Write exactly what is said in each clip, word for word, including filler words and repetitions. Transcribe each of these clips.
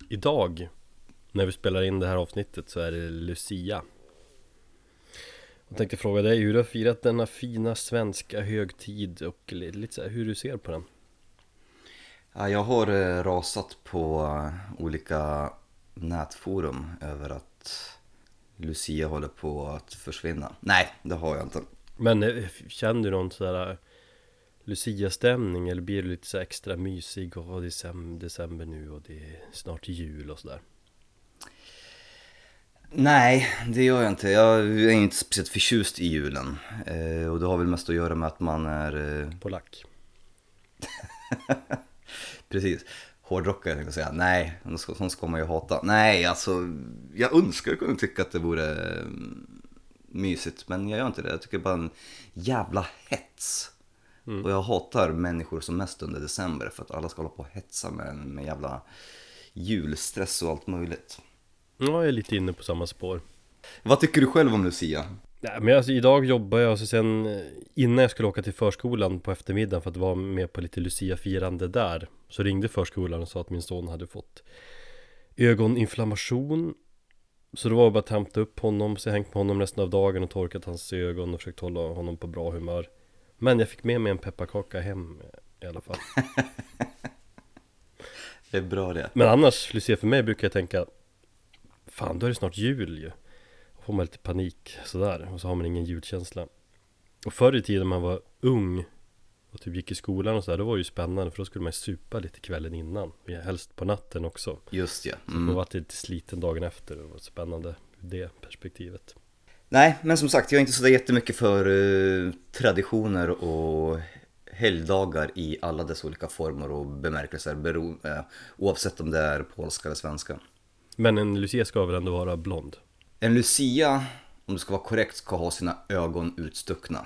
Idag, när vi spelar in det här avsnittet, så är det Lucia. Jag tänkte fråga dig hur du har firat denna fina svenska högtid och lite så här, hur du ser på den. Ja, jag har eh, rasat på eh, olika nätforum över att Lucia håller på att försvinna. Nej, det har jag inte. Men eh, känner du någon sådär Lucia-stämning, eller blir du lite så här extra mysig och det är december, december nu och det är snart jul och sådär? Nej, det gör jag inte. Jag är inte speciellt förtjust i julen. Eh, och det har väl mest att göra med att man är... Eh... Polack. Precis. Hårdrockare, tänkte jag säga. Nej, sånt ska man ju hata. Nej, alltså, jag önskar kunna tycka att det vore eh, mysigt, men jag gör inte det. Jag tycker bara en jävla hets. Mm. Och jag hatar människor som mest under december, för att alla ska hålla på och hetsa med, med jävla julstress och allt möjligt. Ja, jag är lite inne på samma spår. Vad tycker du själv om Lucia? Nej, men alltså, idag jobbar jag, och så sen innan jag skulle åka till förskolan på eftermiddagen för att vara med på lite Lucia-firande där, så ringde förskolan och sa att min son hade fått ögoninflammation. Så då var det bara att hämta upp honom, så jag hängt med honom resten av dagen och torkat hans ögon och försökt hålla honom på bra humör. Men jag fick med mig en pepparkaka hem i alla fall. Det är bra det. Men annars, Lucia, för mig brukar jag tänka, fan, då är det snart jul ju. Då får man lite panik sådär, och så har man ingen julkänsla. Och förr i tiden man var ung och typ gick i skolan och sådär, då var det ju spännande, för då skulle man supa lite kvällen innan, och helst på natten också. Just ja. Mm. Så man var lite sliten dagen efter, och det var spännande ur det perspektivet. Nej, men som sagt, jag är inte så där jättemycket för uh, traditioner och helgdagar i alla dess olika former och bemärkelser, bero, uh, oavsett om det är polska eller svenska. Men en Lucia ska väl ändå vara blond? En Lucia, om det ska vara korrekt, ska ha sina ögon utstuckna.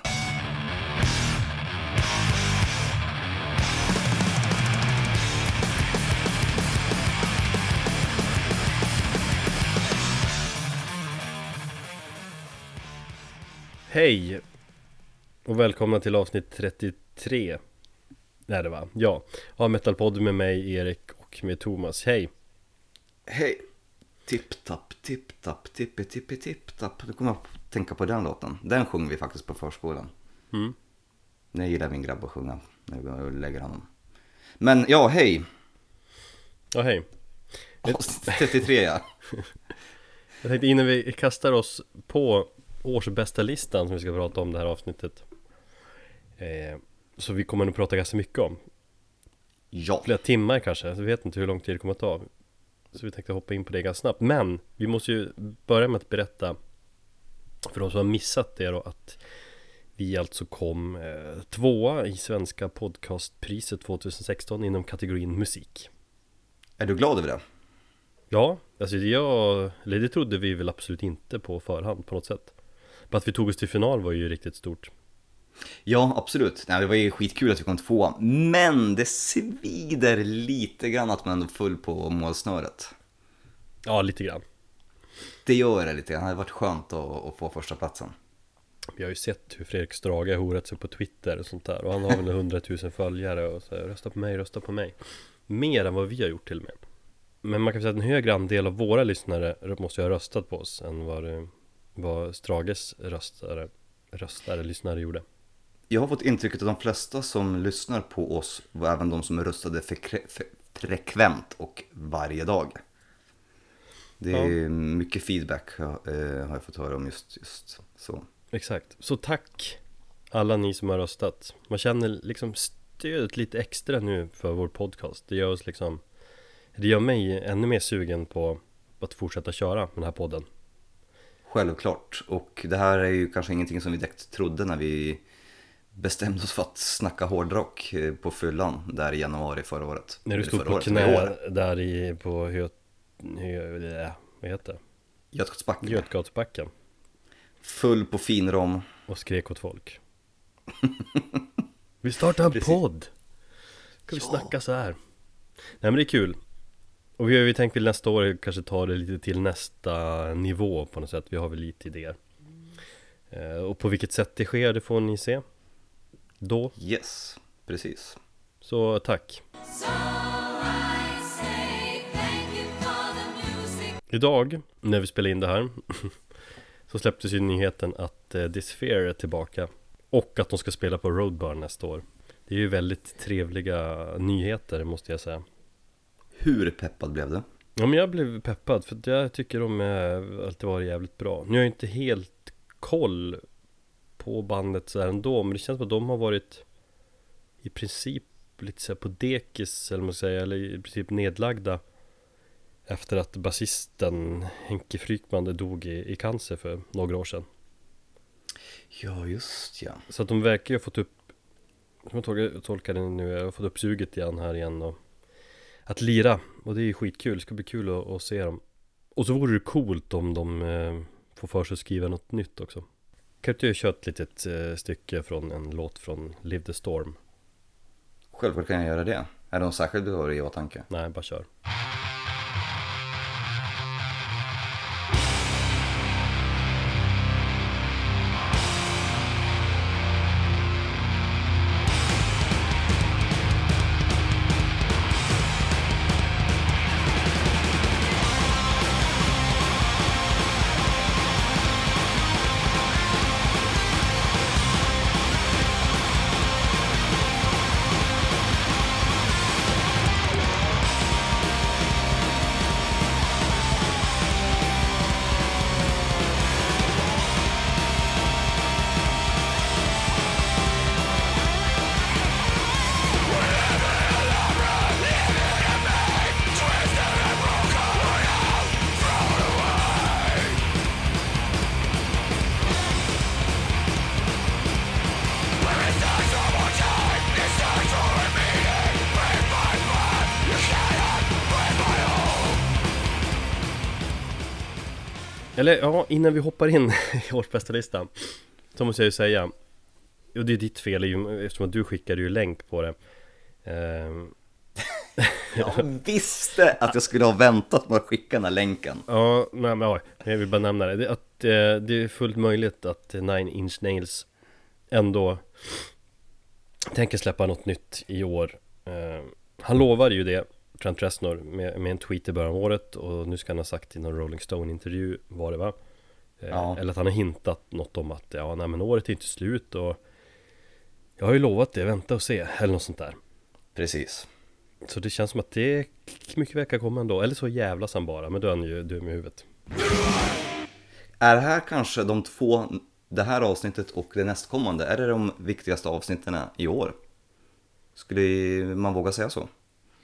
Hej och välkomna till avsnitt trettiotre. Nej, det var ja, av Metalpod med mig, Erik, och med Thomas. Hej. Hej. Tipp-tapp, tipp-tapp, tippi-tippi-tipp-tapp. Du kommer att tänka på den låten. Den sjunger vi faktiskt på förskolan. Mm. Jag gillar min grabb att sjunga när vi går och lägger honom. Men ja, hej. Ja, hej. trettiotre, ja. Jag tänkte innan vi kastar oss på årsbästa listan som vi ska prata om det här avsnittet, eh, så vi kommer nog prata ganska mycket om. Ja. Flera timmar kanske, jag vet inte hur lång tid det kommer att ta. Så vi tänkte hoppa in på det ganska snabbt. Men vi måste ju börja med att berätta för de som har missat det då, att vi alltså kom eh, tvåa i svenska podcastpriset tjugohundrasexton inom kategorin musik. Är du glad över det? Ja, alltså jag, eller det trodde vi väl absolut inte på förhand på något sätt. Bara att vi tog oss till final var ju riktigt stort. Ja, absolut. Nej, det var ju skitkul att vi kom tvåa. Men det svider lite grann att man ändå full på målsnöret. Ja, lite grann. Det gör det lite grann. Det hade varit skönt att, att få första platsen. Vi har ju sett hur Fredrik Strage har horat sig på Twitter och sånt där. Och han har väl hundratusen följare och så här, rösta på mig, rösta på mig. Mer än vad vi har gjort till och med. Men man kan säga att en högre andel av våra lyssnare måste ha röstat på oss än vad, det, vad Strages röstare, röstare, lyssnare gjorde. Jag har fått intrycket att de flesta som lyssnar på oss var även de som röstade frekve- fe- frekvent och varje dag. Det är ja. mycket feedback eh, har jag fått höra om just, just så. Exakt, så tack alla ni som har röstat. Man känner liksom stödet lite extra nu för vår podcast. Det gör oss liksom, det gör mig ännu mer sugen på att fortsätta köra med den här podden. Självklart, och det här är ju kanske ingenting som vi direkt trodde när vi bestämde oss för att snacka hårdrock på fyllan där i januari förra året. När du stod på året, knä där i, på hö, hö, vad heter det? Götgatsbacken. Götgatsbacken. Full på finrom. Och skrek åt folk. Vi startar en Precis. podd. Ska vi ja. snacka så här? Nej, men det är kul. Och vi har ju tänkt att nästa år kanske ta det lite till nästa nivå på något sätt. Vi har väl lite idéer. Eh, och på vilket sätt det sker, det får ni se. Då. Yes, precis. Så tack. So I say thank you for Idag, när vi spelar in det här så släpptes ju nyheten att eh, Disphere är tillbaka. Och att de ska spela på Roadburn nästa år. Det är ju väldigt trevliga nyheter, måste jag säga. Hur peppad blev du? Ja, men jag blev peppad för att jag tycker de är, alltid varit jävligt bra. Nu har jag inte helt koll på bandet så här ändå, men det känns som att de har varit i princip lite så här på dekis, eller man säger, eller i princip nedlagda efter att basisten Henke Frykman dog i, i cancer för några år sedan. Ja, just ja. Så att de verkar ju ha fått upp, som jag tolkar det nu, jag har fått upp suget igen här igen och att lira, och det är ju skitkul, det ska bli kul att, att se dem. Och så vore det coolt om de eh, får för sig att skriva något nytt också. Kan du köra ett litet eh, stycke från en låt från Live the Storm? Självklart kan jag göra det. Är det någon särskild du har i åtanke? Nej, bara kör. Eller ja, innan vi hoppar in i årsbästa listan så måste jag ju säga, och det är ditt fel eftersom att du skickade ju länk på det. ehm. Jag visste att jag skulle ha väntat med att skicka den här länken. Ja, nej, men, ja, jag vill bara nämna det, det att, eh, det är fullt möjligt att Nine Inch Nails ändå tänker släppa något nytt i år. eh, Han lovade ju det, Trent Reznor, med, med en tweet i början av året. Och nu ska han ha sagt i någon Rolling Stone-intervju var det va? Eh, Ja. Eller att han har hintat något om att ja, nej men året är inte slut. Och jag har ju lovat det, vänta och se, eller något sånt där. Precis. Så det känns som att det mycket väl kan komma ändå. Eller så jävlas han bara, men då är han ju dum i huvudet. Är det här kanske de två, det här avsnittet och det nästkommande, är det de viktigaste avsnitten i år? Skulle man våga säga så?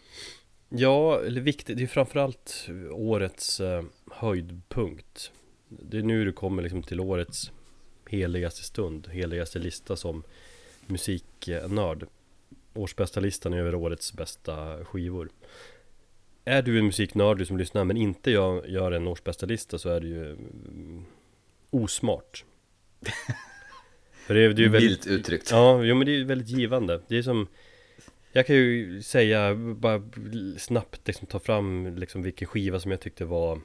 Ja, eller viktigt, det är framförallt årets eh, höjdpunkt. Det är nu du kommer liksom till årets heligaste stund, heligaste lista som musiknörd. Årsbästa listan över årets bästa skivor. Är du en musiknörd du som lyssnar men inte gör, gör en årsbästa lista, så är det ju mm, osmart. För det är, det är väldigt, Vilt uttryckt. Ja, jo, men det är väldigt givande. Det är som, jag kan ju säga, bara snabbt liksom, ta fram liksom, vilken skiva som jag tyckte var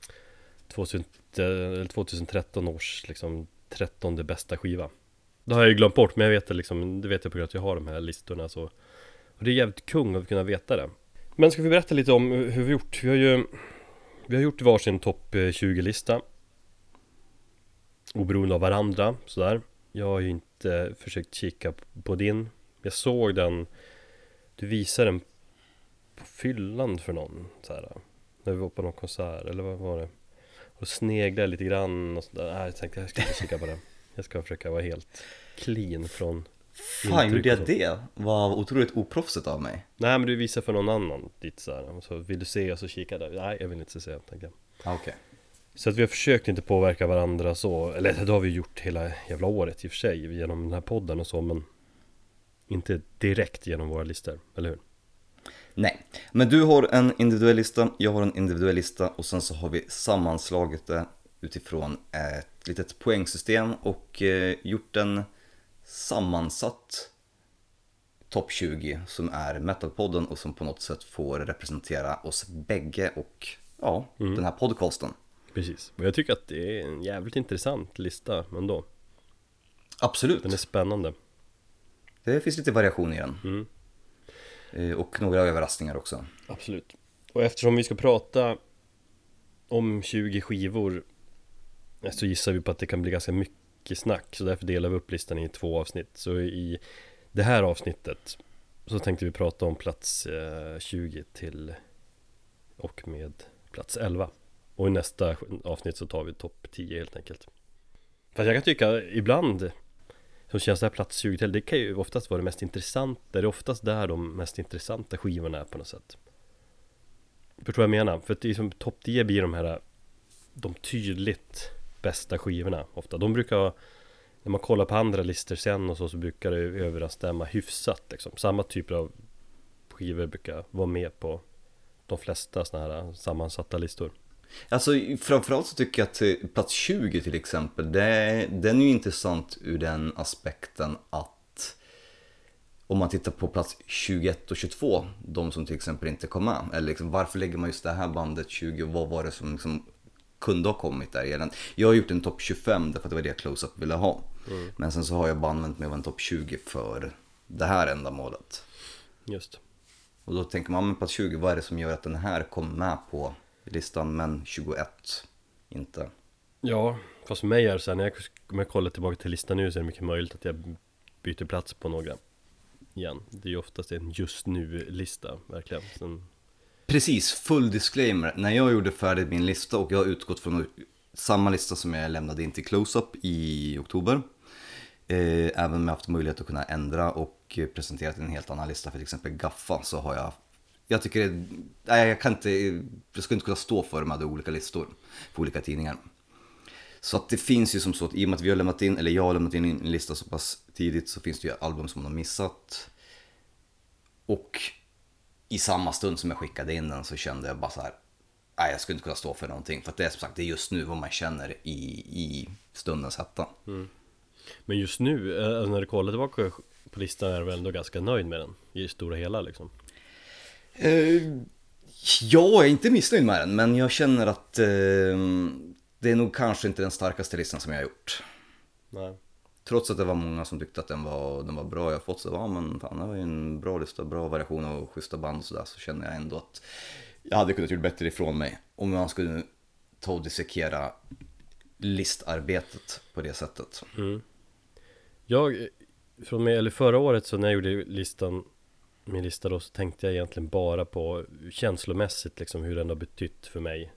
tjugohundratretton års liksom, trettonde bästa skiva. Det har jag ju glömt bort, men jag vet det liksom, det vet jag på grund av att jag har de här listorna så. Och det är jävligt kung att kunna veta det. Men ska vi berätta lite om hur vi gjort? Vi har ju Vi har gjort varsin topp tjugo-lista, oberoende av varandra, sådär. Jag har ju inte försökt kika på din. Jag såg den, du visade den på fyllan för någon så här, när vi var på någon konsert, eller vad var det? Och sneglade lite grann och sådär. Nej, jag tänkte jag ska inte kika på det. Jag ska försöka vara helt clean från Fan, gjorde jag det? Var otroligt oproffsigt av mig. Nej, men du visar för någon annan dit så här. Så vill du se och så kika där. Nej, jag vill inte se, tänkte jag. Okej. Okay. Så att vi har försökt inte påverka varandra så. Eller det har vi gjort hela jävla året i och för sig, genom den här podden och så, men inte direkt genom våra listor, eller hur? Nej, men du har en individuell lista, jag har en individuell lista, och sen så har vi sammanslagit det utifrån ett litet poängsystem och eh, gjort en sammansatt topp tjugo som är Metalpodden och som på något sätt får representera oss bägge och ja, mm. den här podcasten. Precis, och jag tycker att det är en jävligt intressant lista ändå. Absolut. Den är spännande. Det finns lite variation i den. Mm. Och några överraskningar också. Absolut. Och eftersom vi ska prata om tjugo skivor så gissar vi på att det kan bli ganska mycket snack. Så därför delar vi upp listan i två avsnitt. Så i det här avsnittet så tänkte vi prata om plats tjugo till och med plats elva. Och i nästa avsnitt så tar vi topp tio helt enkelt. Fast jag kan tycka ibland så känns det här plats tjugo till, det kan ju oftast vara det mest intressanta. Det är oftast där de mest intressanta skivorna är på något sätt. Förstår vad jag menar? För att det är som topp tio blir de här de tydligt bästa skivorna ofta. De brukar, när man kollar på andra listor sen och så, så brukar det överensstämma hyfsat liksom. Samma typer av skivor brukar vara med på de flesta såna här sammansatta listor. Alltså framförallt så tycker jag att plats tjugo till exempel, det, den är ju intressant ur den aspekten att om man tittar på plats tjugoett och tjugotvå, de som till exempel inte kom med, eller liksom, varför lägger man just det här bandet tjugo, vad var det som liksom kunde ha kommit där? Jag har gjort en topp tjugofem därför att det var det Close-Up ville ha, mm. men sen så har jag bara använt mig av en topp tjugo för det här ändamålet. Just. Och då tänker man, men plats tjugo, vad är det som gör att den här kom med på listan men tjugoett inte? Ja, fast för mig är det så här, när jag, om jag kollar tillbaka till listan nu så är det mycket möjligt att jag byter plats på några igen. Det är ju oftast en just nu-lista, verkligen. Sen... Precis, full disclaimer. När jag gjorde färdigt min lista och jag har utgått från samma lista som jag lämnade in till Close-Up i oktober. Eh, även om jag haft möjlighet att kunna ändra och presenterat en helt annan lista för till exempel Gaffa, så har jag Jag tycker det, nej, jag kan inte, jag skulle inte kunna stå för de hade olika listor på olika tidningar. Så att det finns ju som så att i och med att vi har lämnat in, eller jag har lämnat in en lista så pass tidigt, så finns det ju album som man har missat. Och i samma stund som jag skickade in den så kände jag bara så här, nej, jag skulle inte kunna stå för någonting. För att det är som sagt, det är just nu vad man känner i, i stundens hetta. Mm. Men just nu, när du kollar tillbaka på listan, är du väl ändå ganska nöjd med den i det stora hela liksom? Uh, jag är inte missnöjd med den, men jag känner att uh, det är nog kanske inte den starkaste listan som jag har gjort. Nej. Trots att det var många som tyckte att den var, den var bra, jag har fått så, ja men fan, det var ju en bra lista, bra variation och schyssta band och sådär, så känner jag ändå att jag hade kunnat gjort bättre ifrån mig om man skulle ta och dissekera listarbetet på det sättet. Mm. Jag, från mig, eller förra året så när jag gjorde listan, min lista då, så tänkte jag egentligen bara på känslomässigt liksom hur den har betytt för mig.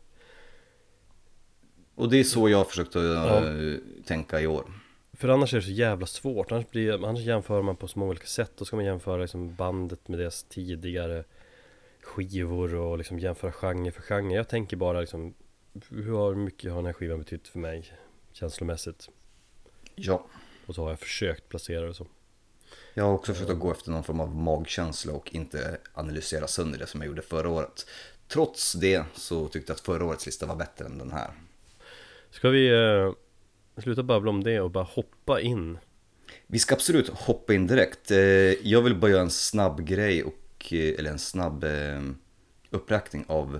Och det är så jag har försökt att ja. tänka i år. För annars är det så jävla svårt. Annars, blir, annars jämför man på så många olika sätt. Då ska man jämföra liksom bandet med deras tidigare skivor och liksom jämföra genre för genre. Jag tänker bara liksom, hur mycket har den här skivan betytt för mig känslomässigt? Ja. Och så har jag försökt placera det så. Jag har också försökt att gå efter någon form av magkänsla och inte analysera sönder det som jag gjorde förra året. Trots det så tyckte jag att förra årets lista var bättre än den här. Ska vi eh, sluta babbla om det och bara hoppa in? Vi ska absolut hoppa in direkt. Eh, jag vill bara göra en snabb grej och, eh, eller en snabb eh, uppräkning av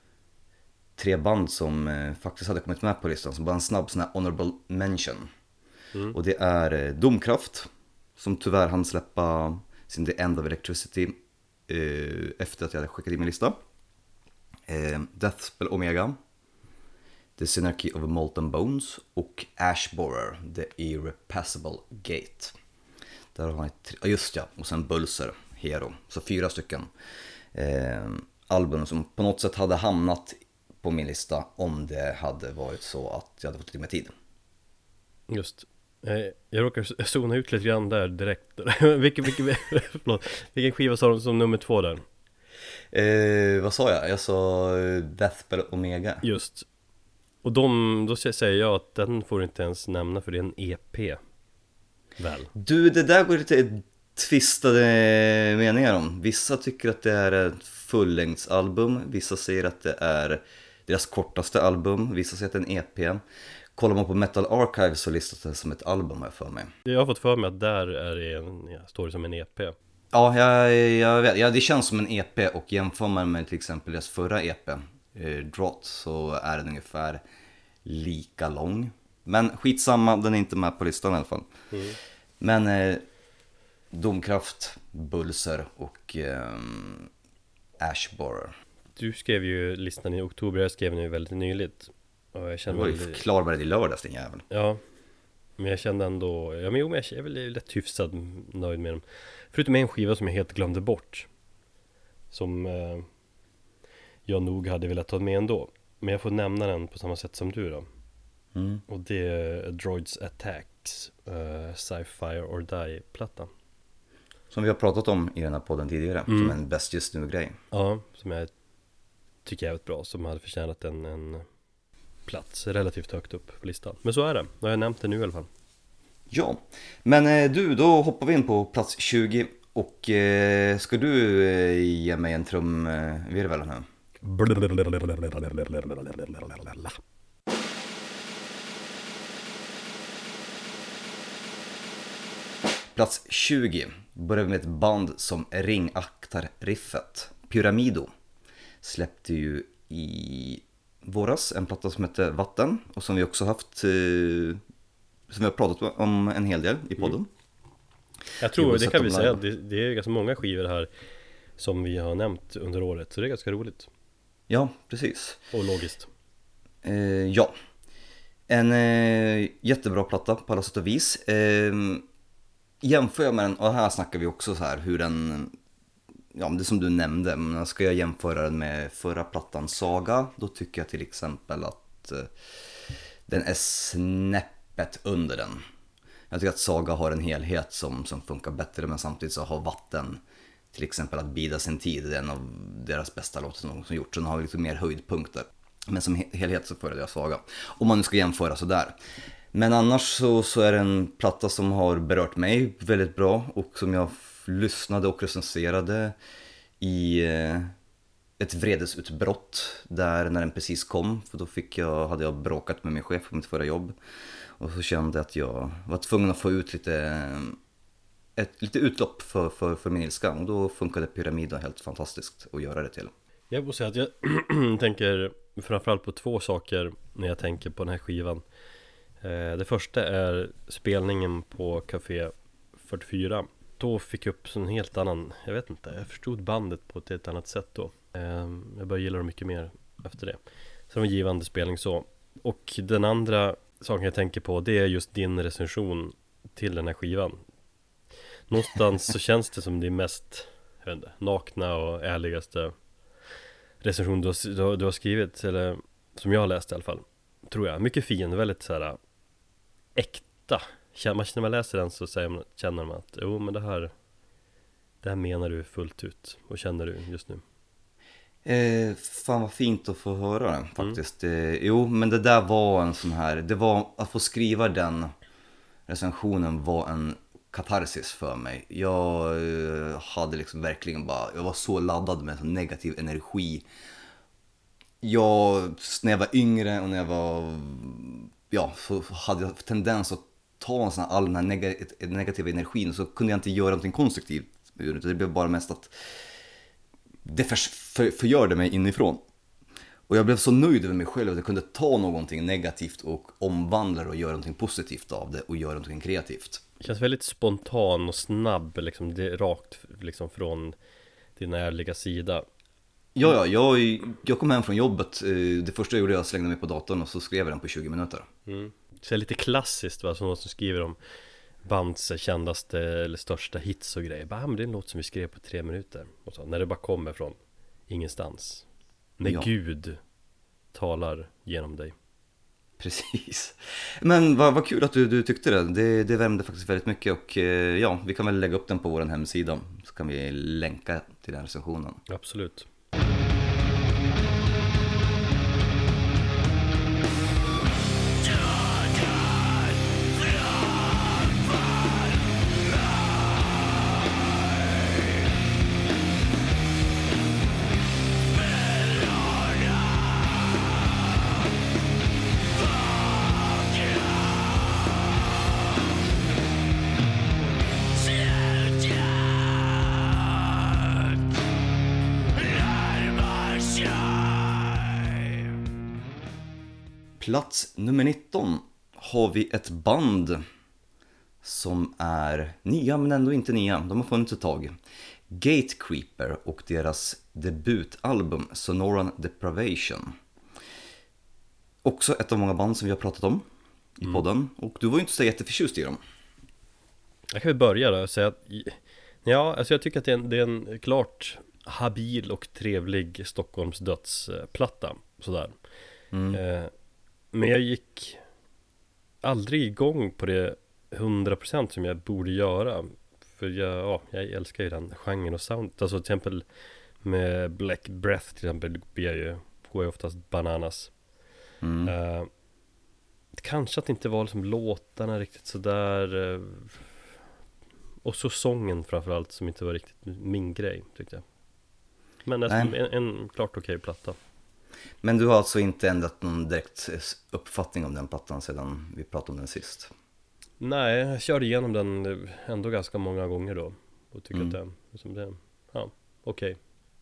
tre band som eh, faktiskt hade kommit med på listan. Så bara en snabb sån här honorable mention. Mm. Och det är eh, Domkraft, som tyvärr hann släppa sin The End of Electricity eh, efter att jag hade skickat in min lista. Eh, Deathspell Omega, The Synarchy of Molten Bones och Ashborer, The Irrepassable Gate. Där har jag, ja just ja, och sen Bulser, Hero. Så fyra stycken eh, album som på något sätt hade hamnat på min lista om det hade varit så att jag hade fått lite mer tid. Just. Jag råkar zona ut lite grann där direkt. vilken, vilken, förlåt, vilken skiva sa de som nummer två där? Eh, vad sa jag? Jag sa Deathspell Omega. Just. Och de, då säger jag att den får du inte ens nämna för det är en E P. Väl? Du, det där går lite tvistade meningar om. Vissa tycker att det är ett fullängdsalbum. Vissa säger att det är deras kortaste album. Vissa säger att det är en E P. Kollar man på Metal Archive så listas det som ett album här för mig. Jag har fått för mig att där är det en, ja, står det som en E P. Ja, jag, jag vet. Ja, det känns som en E P och jämför man med till exempel deras förra E P, eh, Drott, så är den ungefär lika lång. Men skitsamma, den är inte med på listan i alla fall. Mm. Men eh, Domkraft, Bulser och eh, Ashborer. Du skrev ju listan i oktober, jag skrev den ju väldigt nyligt. Och jag Du kände var ju väl- klar bara i lördags, din jävel. Ja, men jag kände ändå, ja men jo, men jag är väl lätt hyfsad nöjd med dem. Förutom en skiva som jag helt glömde bort. Som eh, jag nog hade velat ta med ändå. Men jag får nämna den på samma sätt som du då. Mm. Och det är Droids Attacks, uh, Sci-Fi or Die-plattan. Som vi har pratat om i den här podden tidigare, Mm. som en bäst just nu-grej. Ja, som jag tycker är jävligt bra. Som hade förtjänat en, en plats relativt högt upp på listan. Men så är det, då har jag nämnt det nu i alla fall. Ja, men eh, du, då hoppar vi in på plats tjugo. Och eh, ska du eh, ge mig en trumvirvel eh, nu? Plats tjugo börjar vi med ett band som ringaktar riffet. Pyramido släppte ju i våras en platta som heter Vatten. Och som vi också haft, eh, som vi har pratat om en hel del i podden. Mm. Jag Vi tror, har det sett kan vi dem säga, live. det, det är ganska många skivor här som vi har nämnt under året. Så det är ganska roligt Ja, precis. och logiskt. Eh, ja, en eh, jättebra platta på alla sätt och vis. Eh, jämför jag med den, och här snackar vi också så här hur den, ja det som du nämnde, men ska jag jämföra den med förra plattan Saga, då tycker jag till exempel att eh, den är snäppet under den. Jag tycker att Saga har en helhet som, som funkar bättre, men samtidigt så har Vatten, till exempel Att bida sin tid, det är en av deras bästa låtar som någonsin gjort, så den har lite mer höjdpunkter. Men som helhet så föredrar jag Saga, om man nu ska jämföra sådär. Men annars så, så är det en platta som har berört mig väldigt bra och som jag f- lyssnade och recenserade i eh, ett vredesutbrott där när den precis kom. För då fick jag, hade jag bråkat med min chef på mitt förra jobb. Och så kände jag att jag var tvungen att få ut lite, ett, lite utlopp för, för, för min ilska. Och då funkade Pyramido helt fantastiskt att göra det till. Jag måste säga att jag tänker framförallt på två saker när jag tänker på den här skivan. Eh, Det första är spelningen på Café fyrtiofyra. Då fick jag upp en helt annan, jag vet inte, jag förstod bandet på ett helt annat sätt då. Eh, Jag började gilla dem mycket mer efter det. Så det var en givande spelning så. Och den andra saken jag tänker på, det är just din recension till den här skivan. Någonstans så känns det som det mest, jag vet inte, nakna och ärligaste recension du har, du har, du har skrivit, eller som jag har läst i alla fall, tror jag. Mycket fin, väldigt så här äkta. Känner man, när man läser den så säger man, känner man att jo men det här det här menar du fullt ut och känner du just nu. Eh, fan vad fint att få höra det faktiskt. Mm. Eh, jo, men det där var en sån här, det var att få skriva den recensionen var en katarsis för mig. Jag eh, hade liksom verkligen bara, jag var så laddad med sån negativ energi. Jag, när jag var yngre och när jag var, ja, så hade jag tendens att ta en sån här, all den här neg- negativa energin, så kunde jag inte göra någonting konstruktivt. Det blev bara mest att det för, för, förgörde mig inifrån. Och jag blev så nöjd över mig själv att jag kunde ta någonting negativt och omvandla det och göra någonting positivt av det och göra någonting kreativt. Det känns väldigt spontan och snabb liksom, det, rakt liksom från din ärliga sida. Ja, ja, jag, jag kom hem från jobbet. Det första jag gjorde, jag slängde mig på datorn och så skrev jag den på tjugo minuter. Mm. Så det är lite klassiskt va, som någon som skriver om bands kändaste eller största hits och grejer. Bara, men det är en låt som vi skrev på tre minuter. Och så, när det bara kommer från ingenstans. När Ja. Gud talar genom dig. Precis. Men vad, vad kul att du, du tyckte det. det. Det värmde faktiskt väldigt mycket. Och eh, ja, vi kan väl lägga upp den på vår hemsida. Så kan vi länka till den recensionen. Absolut. Plats nummer nitton har vi ett band som är nya men ändå inte nya. De har funnits ett tag. Gatecreeper och deras debutalbum Sonoran Depravation. Också ett av många band som vi har pratat om i Mm. podden. Och du var ju inte så jätteförtjust i dem. Jag kan väl börja då och säga att ja, alltså jag tycker att det är en, det är en klart habil och trevlig Stockholms dödsplatta sådär. Mm. Eh, men jag gick aldrig igång på det hundra procent som jag borde göra. För jag, ja, jag älskar ju den genren och soundet. Alltså till exempel med Black Breath till exempel blir jag ju, går jag oftast bananas. Mm. Eh, kanske att det inte var liksom låtarna riktigt sådär. Eh, och så sången framförallt som inte var riktigt min grej tyckte jag. Men nästan en, en klart okej platta. Men du har alltså inte ändrat någon direkt uppfattning om den plattan sedan vi pratade om den sist? Nej, jag körde igenom den ändå ganska många gånger då. Och tycker Mm. att det, liksom det ja, okej.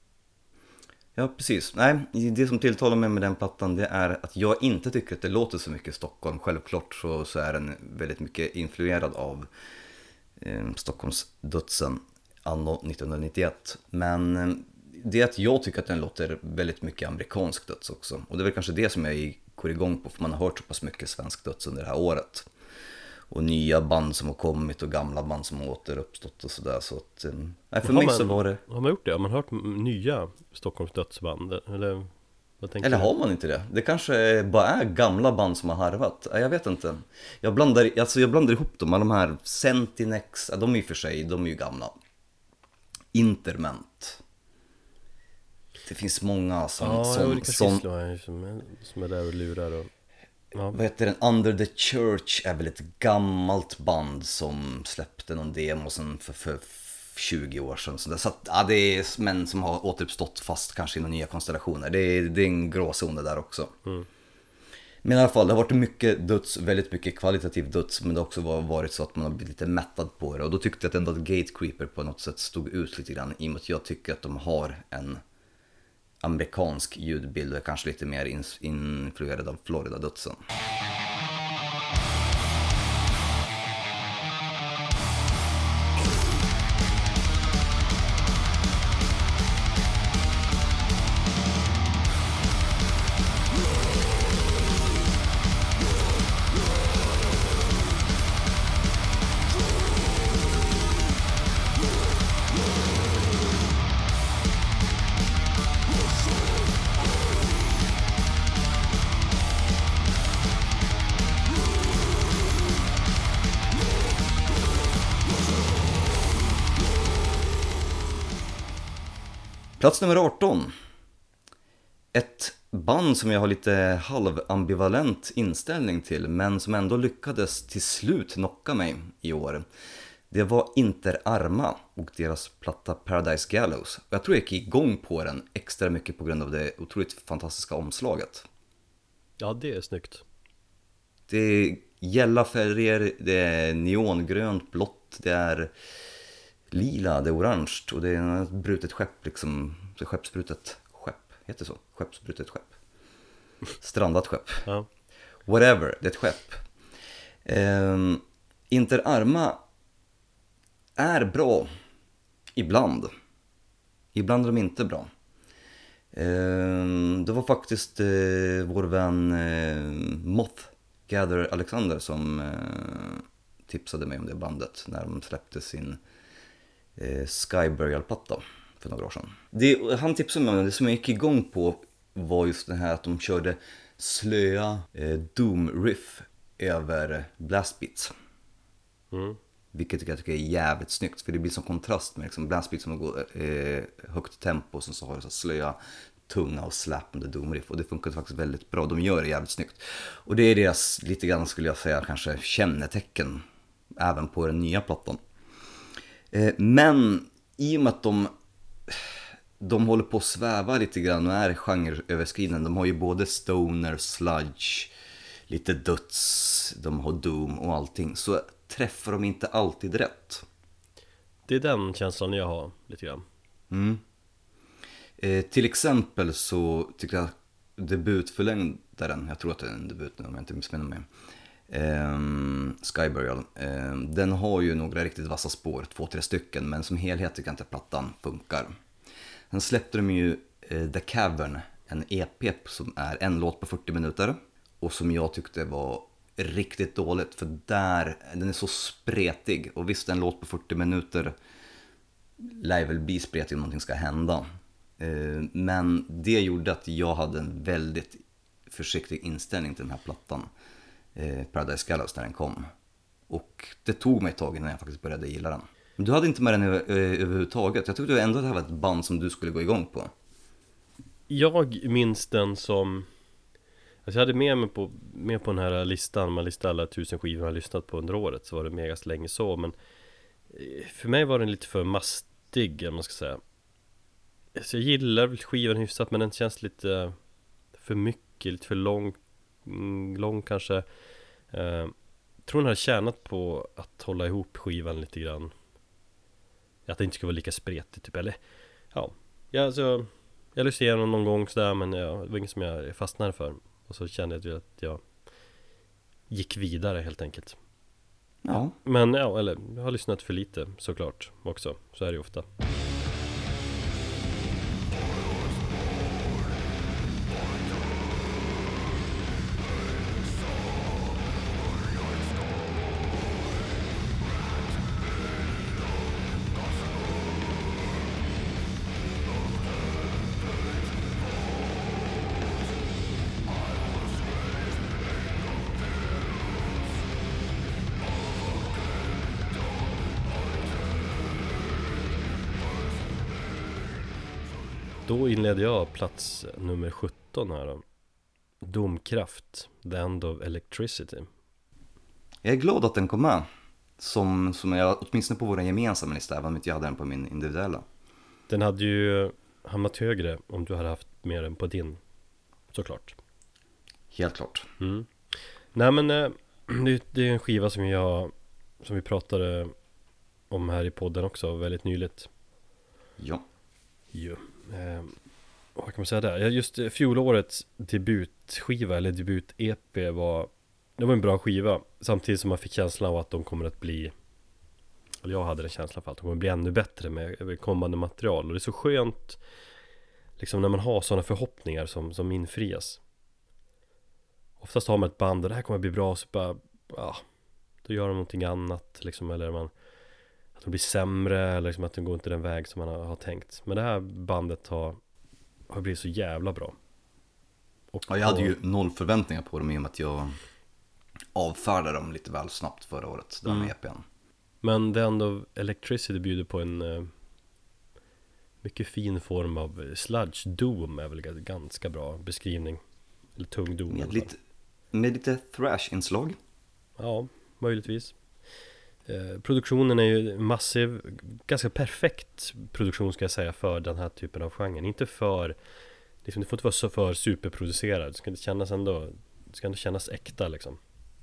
Ja, precis. Nej, det som tilltalar mig med den plattan, det är att jag inte tycker att det låter så mycket Stockholm. Självklart så, så är den väldigt mycket influerad av eh, Stockholms dödsen anno nittonhundranittioett. Men eh, det är att jag tycker att den låter väldigt mycket amerikansk döds också. Och det är väl kanske det som jag går igång på, för man har hört så pass mycket svensk döds under det här året. Och nya band som har kommit och gamla band som har återuppstått och sådär. Så att, eh, nej, för Har mig man- så var det... Har man gjort det? Har man hört m- nya Stockholms dödsband? Eller vad tänker Eller du? har man inte det? Det kanske bara är gamla band som har harvat. Ja, jag vet inte. Jag blandar, alltså jag blandar ihop dem. Alla de här Centinex, ja, de är ju för sig, de är ju gamla. Interment. Det finns många som... Ja, som, olika som som, som, är, som är där och lurar och... Ja, vad heter den? Under the Church är väl ett gammalt band som släppte någon demo sen för, för tjugo år sedan. Så det, så att, ja, det är män som har återuppstått fast kanske i några nya konstellationer. Det är, det är en gråzon det där också. Mm. Men i alla fall, det har varit mycket döds, väldigt mycket kvalitativ döds, men det har också varit så att man har blivit lite mättad på det. Och då tyckte jag att ändå att Gatecreeper på något sätt stod ut lite grann, i och med att jag tycker att de har en amerikansk ljudbild och är kanske lite mer in, influerad av Florida-dödsen. Plats nummer arton. Ett band som jag har lite halvambivalent inställning till, men som ändå lyckades till slut knocka mig i år. Det var Inter Arma och deras platta Paradise Gallows. Jag tror jag gick igång på den extra mycket på grund av det otroligt fantastiska omslaget. ja, det är snyggt. Det är gälla färger, det är neongrönt, blått, det är lila, det är orange och det är ett brutet skepp liksom, så skeppsbrutet skepp, heter det så? Skeppsbrutet skepp. Strandat skepp. Ja. Whatever, det är ett skepp. Um, Inter Arma är bra ibland. Ibland är de inte bra. Um, det var faktiskt uh, vår vän uh, Moth Gather Alexander som uh, tipsade mig om det bandet när de släppte sin uh, Sky Burial-platta för några år sedan. Det, han tipsade mig om det som jag gick igång på var just det här att de körde slöa uh, Doom-riff över blastbeats. Mm. Vilket jag tycker är jävligt snyggt, för det blir som kontrast med liksom blastbeat som går eh, högt tempo och så har det så slöa, tunga och släpande doomriff, och det funkar faktiskt väldigt bra. De gör det jävligt snyggt. Och det är deras, lite grann skulle jag säga, kanske kännetecken även på den nya plattan. Eh, men i och med att de de håller på att sväva lite grann och är genreöverskridande. De har ju både stoner, sludge, lite döds, de har doom och allting, så träffar de inte alltid rätt. Det är den känslan jag har lite grann. Mm. Eh, till exempel så tycker jag debutförlängdaren, jag tror att det är en debut nu om jag inte missminner mig, eh, Sky Burial, eh, den har ju några riktigt vassa spår, två, tre stycken, men som helhet tycker jag inte plattan funkar. Sen släppte de ju eh, The Cavern, en E P som är en låt på fyrtio minuter. Och som jag tyckte var riktigt dåligt, för där, den är så spretig. Och visst, en låt på fyrtio minuter lär väl bli spretig om någonting ska hända. Eh, men det gjorde att jag hade en väldigt försiktig inställning till den här plattan. Eh, Paradise Gallows när den kom. Och det tog mig ett tag innan jag faktiskt började gilla den. Men du hade inte med den över, överhuvudtaget. Jag tyckte ändå att det här var ett band som du skulle gå igång på. Jag minns den som... Alltså jag hade med mig på, med på den här listan. Man listar alla tusen skivor jag har lyssnat på under året. Så var det mega länge så. Men för mig var den lite för mastig, om man ska säga. Så jag gillar skivan hyfsat, men den känns lite för mycket, lite för lång, lång kanske. Jag tror den har tjänat på att hålla ihop skivan lite grann. Att det inte ska vara lika spretigt typ, eller ja, ja alltså, jag lyssnade igenom någon gång sådär, men ja, det var inget som jag fastnade för. Och så kände jag att jag gick vidare helt enkelt. Ja. Men ja, eller jag har lyssnat för lite såklart också, så är det ju ofta. Då inledde jag plats nummer sjutton här då. Domkraft, The End of Electricity. Jag är glad att den kom med. Som, som jag, åtminstone på våra gemensamma lista, även om inte jag hade den på min individuella. Den hade ju hamnat högre om du hade haft med den på din, såklart. Helt klart. Mm. Nej men det, det är en skiva som jag, som vi pratade om här i podden också väldigt nyligt. Ja. Jo. Eh, vad kan man säga där? Just fjolårets debutskiva eller debut-E P var, det var en bra skiva, samtidigt som man fick känslan av att de kommer att bli, eller jag hade den känslan för att de kommer att bli ännu bättre med kommande material. Och det är så skönt liksom när man har sådana förhoppningar som, som infrias. Oftast har man ett band och det här kommer att bli bra, så bara, ja, då gör de någonting annat liksom, eller man att de blir sämre, eller liksom att de går inte den väg som man har, har tänkt. Men det här bandet har, har blivit så jävla bra. Och ja, jag hade ju noll förväntningar på dem i och med att jag avfärdade dem lite väl snabbt förra året, den mm. E P:n. Men The End of Electricity bjuder på en eh, mycket fin form av sludge doom, är väl ganska bra beskrivning. Eller tung doom. Med lite, med lite thrash-inslag. Ja, möjligtvis. Eh, produktionen är ju massiv, ganska perfekt produktion ska jag säga för den här typen av genre. Inte för, liksom, det får inte vara så för superproducerad. Det ska inte kännas ändå, det ska ändå kännas äkta liksom.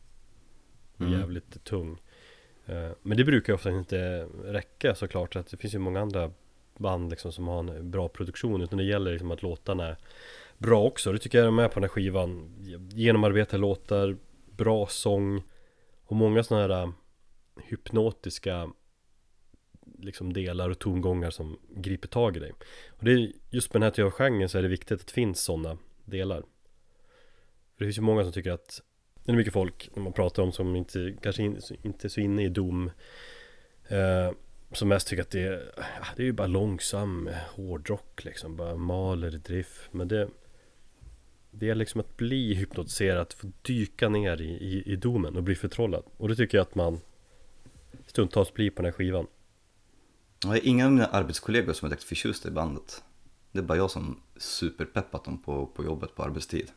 Mm. Jävligt tung. Eh, men det brukar ju ofta inte räcka såklart. Att det finns ju många andra band liksom, som har en bra produktion. Utan det gäller liksom att låtarna är bra också. Det tycker jag är med på den här skivan. Genomarbetade låtar, bra sång och många sådana här hypnotiska liksom delar och tongångar som griper tag i dig. Och det är just med den här typen av genren så är det viktigt att det finns sådana delar. För det finns ju många som tycker att det är mycket folk när man pratar om som inte kanske in, inte är så inne i dom eh, som mest tycker att det är, det är ju bara långsam hårdrock liksom, bara maler drift. Men det det är liksom att bli hypnotiserad, få dyka ner i, i, i domen och bli förtrollad. Och det tycker jag att man stundtals blir på den här skivan. Jag har inga av mina arbetskollegor som är direkt förtjusta i bandet. Det är bara jag som superpeppat dem på, på jobbet på arbetstid.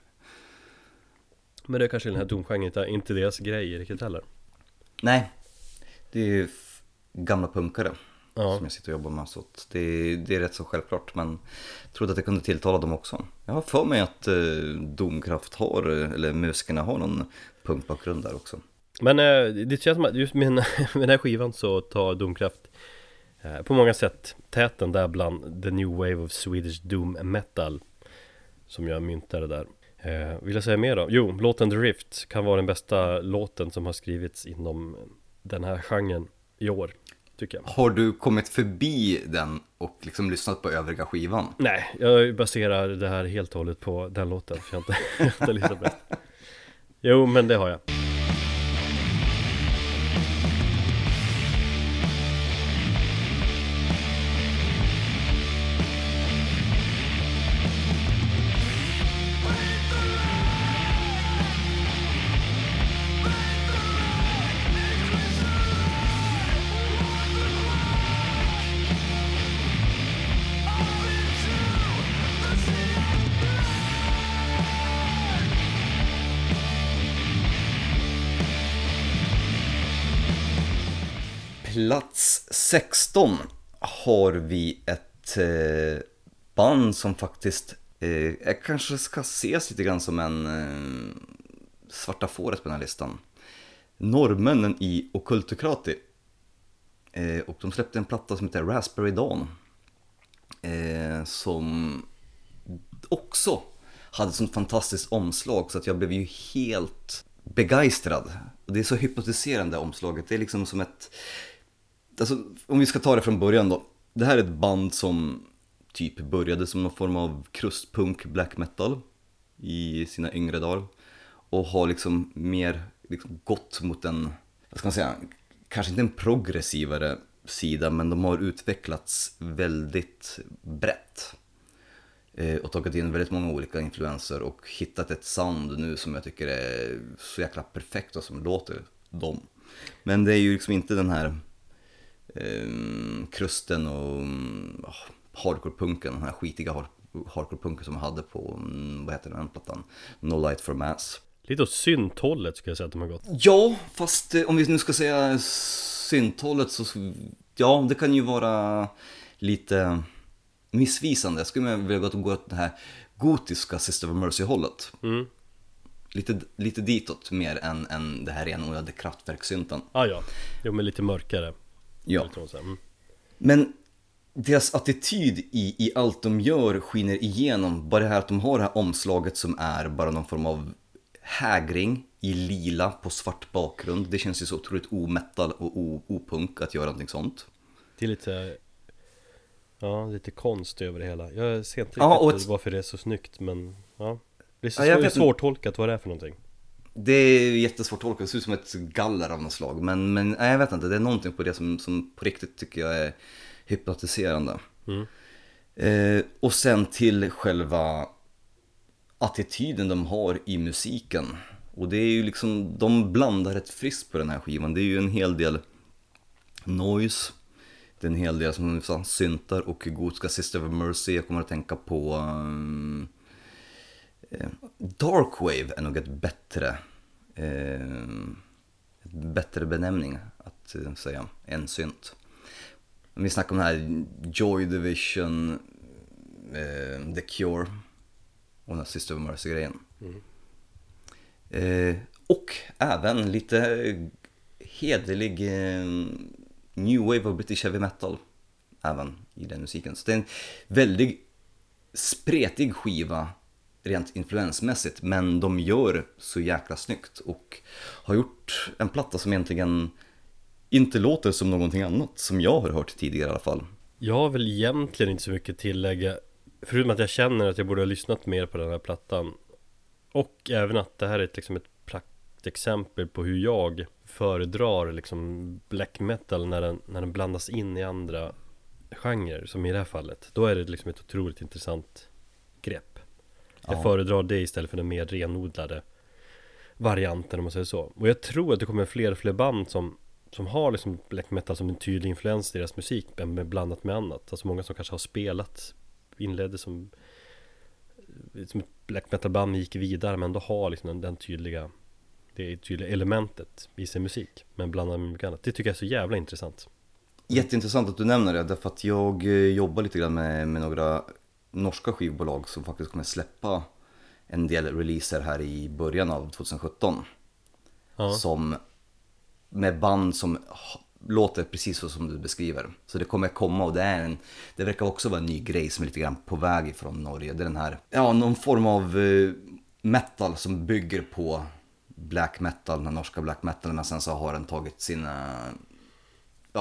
Men det är kanske den här domgenren inte deras grej riktigt heller. Nej, det är ju f- gamla punkare ja. som jag sitter och jobbar med. Så att det, det är rätt så självklart, men jag trodde att det kunde tilltala dem också. Jag har för mig att eh, Domkraft har, eller musikerna har någon punkbakgrund där också. Men eh, det känns som att just med, med den här skivan så tar Domkraft eh, på många sätt täten där bland the new wave of Swedish doom metal som jag myntade där. Eh, vill jag säga mer då? Jo, låten The Rift kan vara den bästa låten som har skrivits inom den här genren i år. tycker jag. Har du kommit förbi den och liksom lyssnat på övriga skivan? Nej, jag baserar det här helt och hållet på den låten, för jag har inte, jag har inte lyssnat bäst. Jo, men det har jag. Plats sexton har vi ett eh, band som faktiskt eh, jag kanske ska ses lite grann som en eh, svarta fåret på den här listan. Norrmännen i Occultocrati. Eh, och de släppte en platta som heter Raspberry Dawn. Eh, som också hade sånt fantastiskt omslag så att jag blev ju helt begeistrad. Och det är så hypnotiserande omslaget. Det är liksom som ett... Alltså, om vi ska ta det från början då. Det här är ett band som typ började som någon form av krustpunk black metal i sina yngre dagar. Och har liksom mer liksom gått mot en, vad ska man säga, kanske inte en progressivare sida, men de har utvecklats väldigt brett. Och tagit in väldigt många olika influenser och hittat ett sound nu som jag tycker är så jäkla perfekt och som låter dem. Men det är ju liksom inte den här Um, krusten och um, hardcore-punken, den här skitiga hard- hardcore-punken som jag hade på, um, vad heter den plattan? No Light for Mass. Lite åt synthållet skulle jag säga att de har gått. Ja, fast eh, om vi nu ska säga synthållet så, ja, det kan ju vara lite missvisande. Jag skulle vilja gå och gå åt det här gotiska Sister of Mercy-hållet. Mm. Lite, lite ditåt mer än, än det här renodlade kraftverkssynten. Ah, ja, jo, men lite mörkare. Ja. Mm. Men deras attityd i, i allt de gör skiner igenom. Bara det här att de har det här omslaget som är bara någon form av hägring i lila på svart bakgrund. Det känns ju så otroligt ometal och opunk att göra någonting sånt. Det är lite, ja, lite konst över det hela. Jag ser inte ja, riktigt ett... varför det är så snyggt, men ja. Det är så ja, svår, svårtolkat vad det är för någonting. Det är jättesvårt att tolka, det ser ut som ett galler av något slag. Men, men nej, jag vet inte, det är någonting på det som, som på riktigt tycker jag är hypnotiserande. Mm. eh, Och sen till själva attityden de har i musiken. Och det är ju liksom, de blandar ett friskt på den här skivan. Det är ju en hel del noise, det är en hel del som sa, syntar och gotiska Sister of Mercy. Jag kommer att tänka på um, Darkwave är nog ett bättre eh, ett bättre benämning att eh, säga än synt. Om vi snackar om den här Joy Division, eh, The Cure och den här Sister of Mercy-grejen. Mm. Eh, och även lite hederlig eh, New Wave of British Heavy Metal även i den musiken. Så det är en väldigt spretig skiva rent influensmässigt, men de gör så jäkla snyggt och har gjort en platta som egentligen inte låter som någonting annat som jag har hört tidigare i alla fall. Jag har väl egentligen inte så mycket tillägga, förutom att jag känner att jag borde ha lyssnat mer på den här plattan, och även att det här är ett, liksom ett praktexempel på hur jag föredrar liksom black metal när den, när den blandas in i andra genrer, som i det här fallet. Då är det liksom ett otroligt intressant grepp. Jag ja. föredrar det istället för den mer renodlade varianten, om man säger så. Och jag tror att det kommer fler och fler band som, som har liksom black metal som en tydlig influens i deras musik, men blandat med annat. Alltså många som kanske har spelat, inledde som, som ett black metal band, gick vidare, men då har liksom den, den tydliga, det tydliga elementet i sin musik, men blandat med mycket annat. Det tycker jag är så jävla intressant. Jätteintressant att du nämner det, därför att jag jobbar lite grann med, med några norska skivbolag som faktiskt kommer släppa en del releaser här i början av tjugohundrasjutton. Ja. Som med band som låter precis så som du beskriver. Så det kommer komma, och det är en, det verkar också vara en ny grej som är lite grann på väg från Norge. Det är den här, ja, någon form av metal som bygger på black metal, den norska black metal, men sen så har den tagit sina, ja,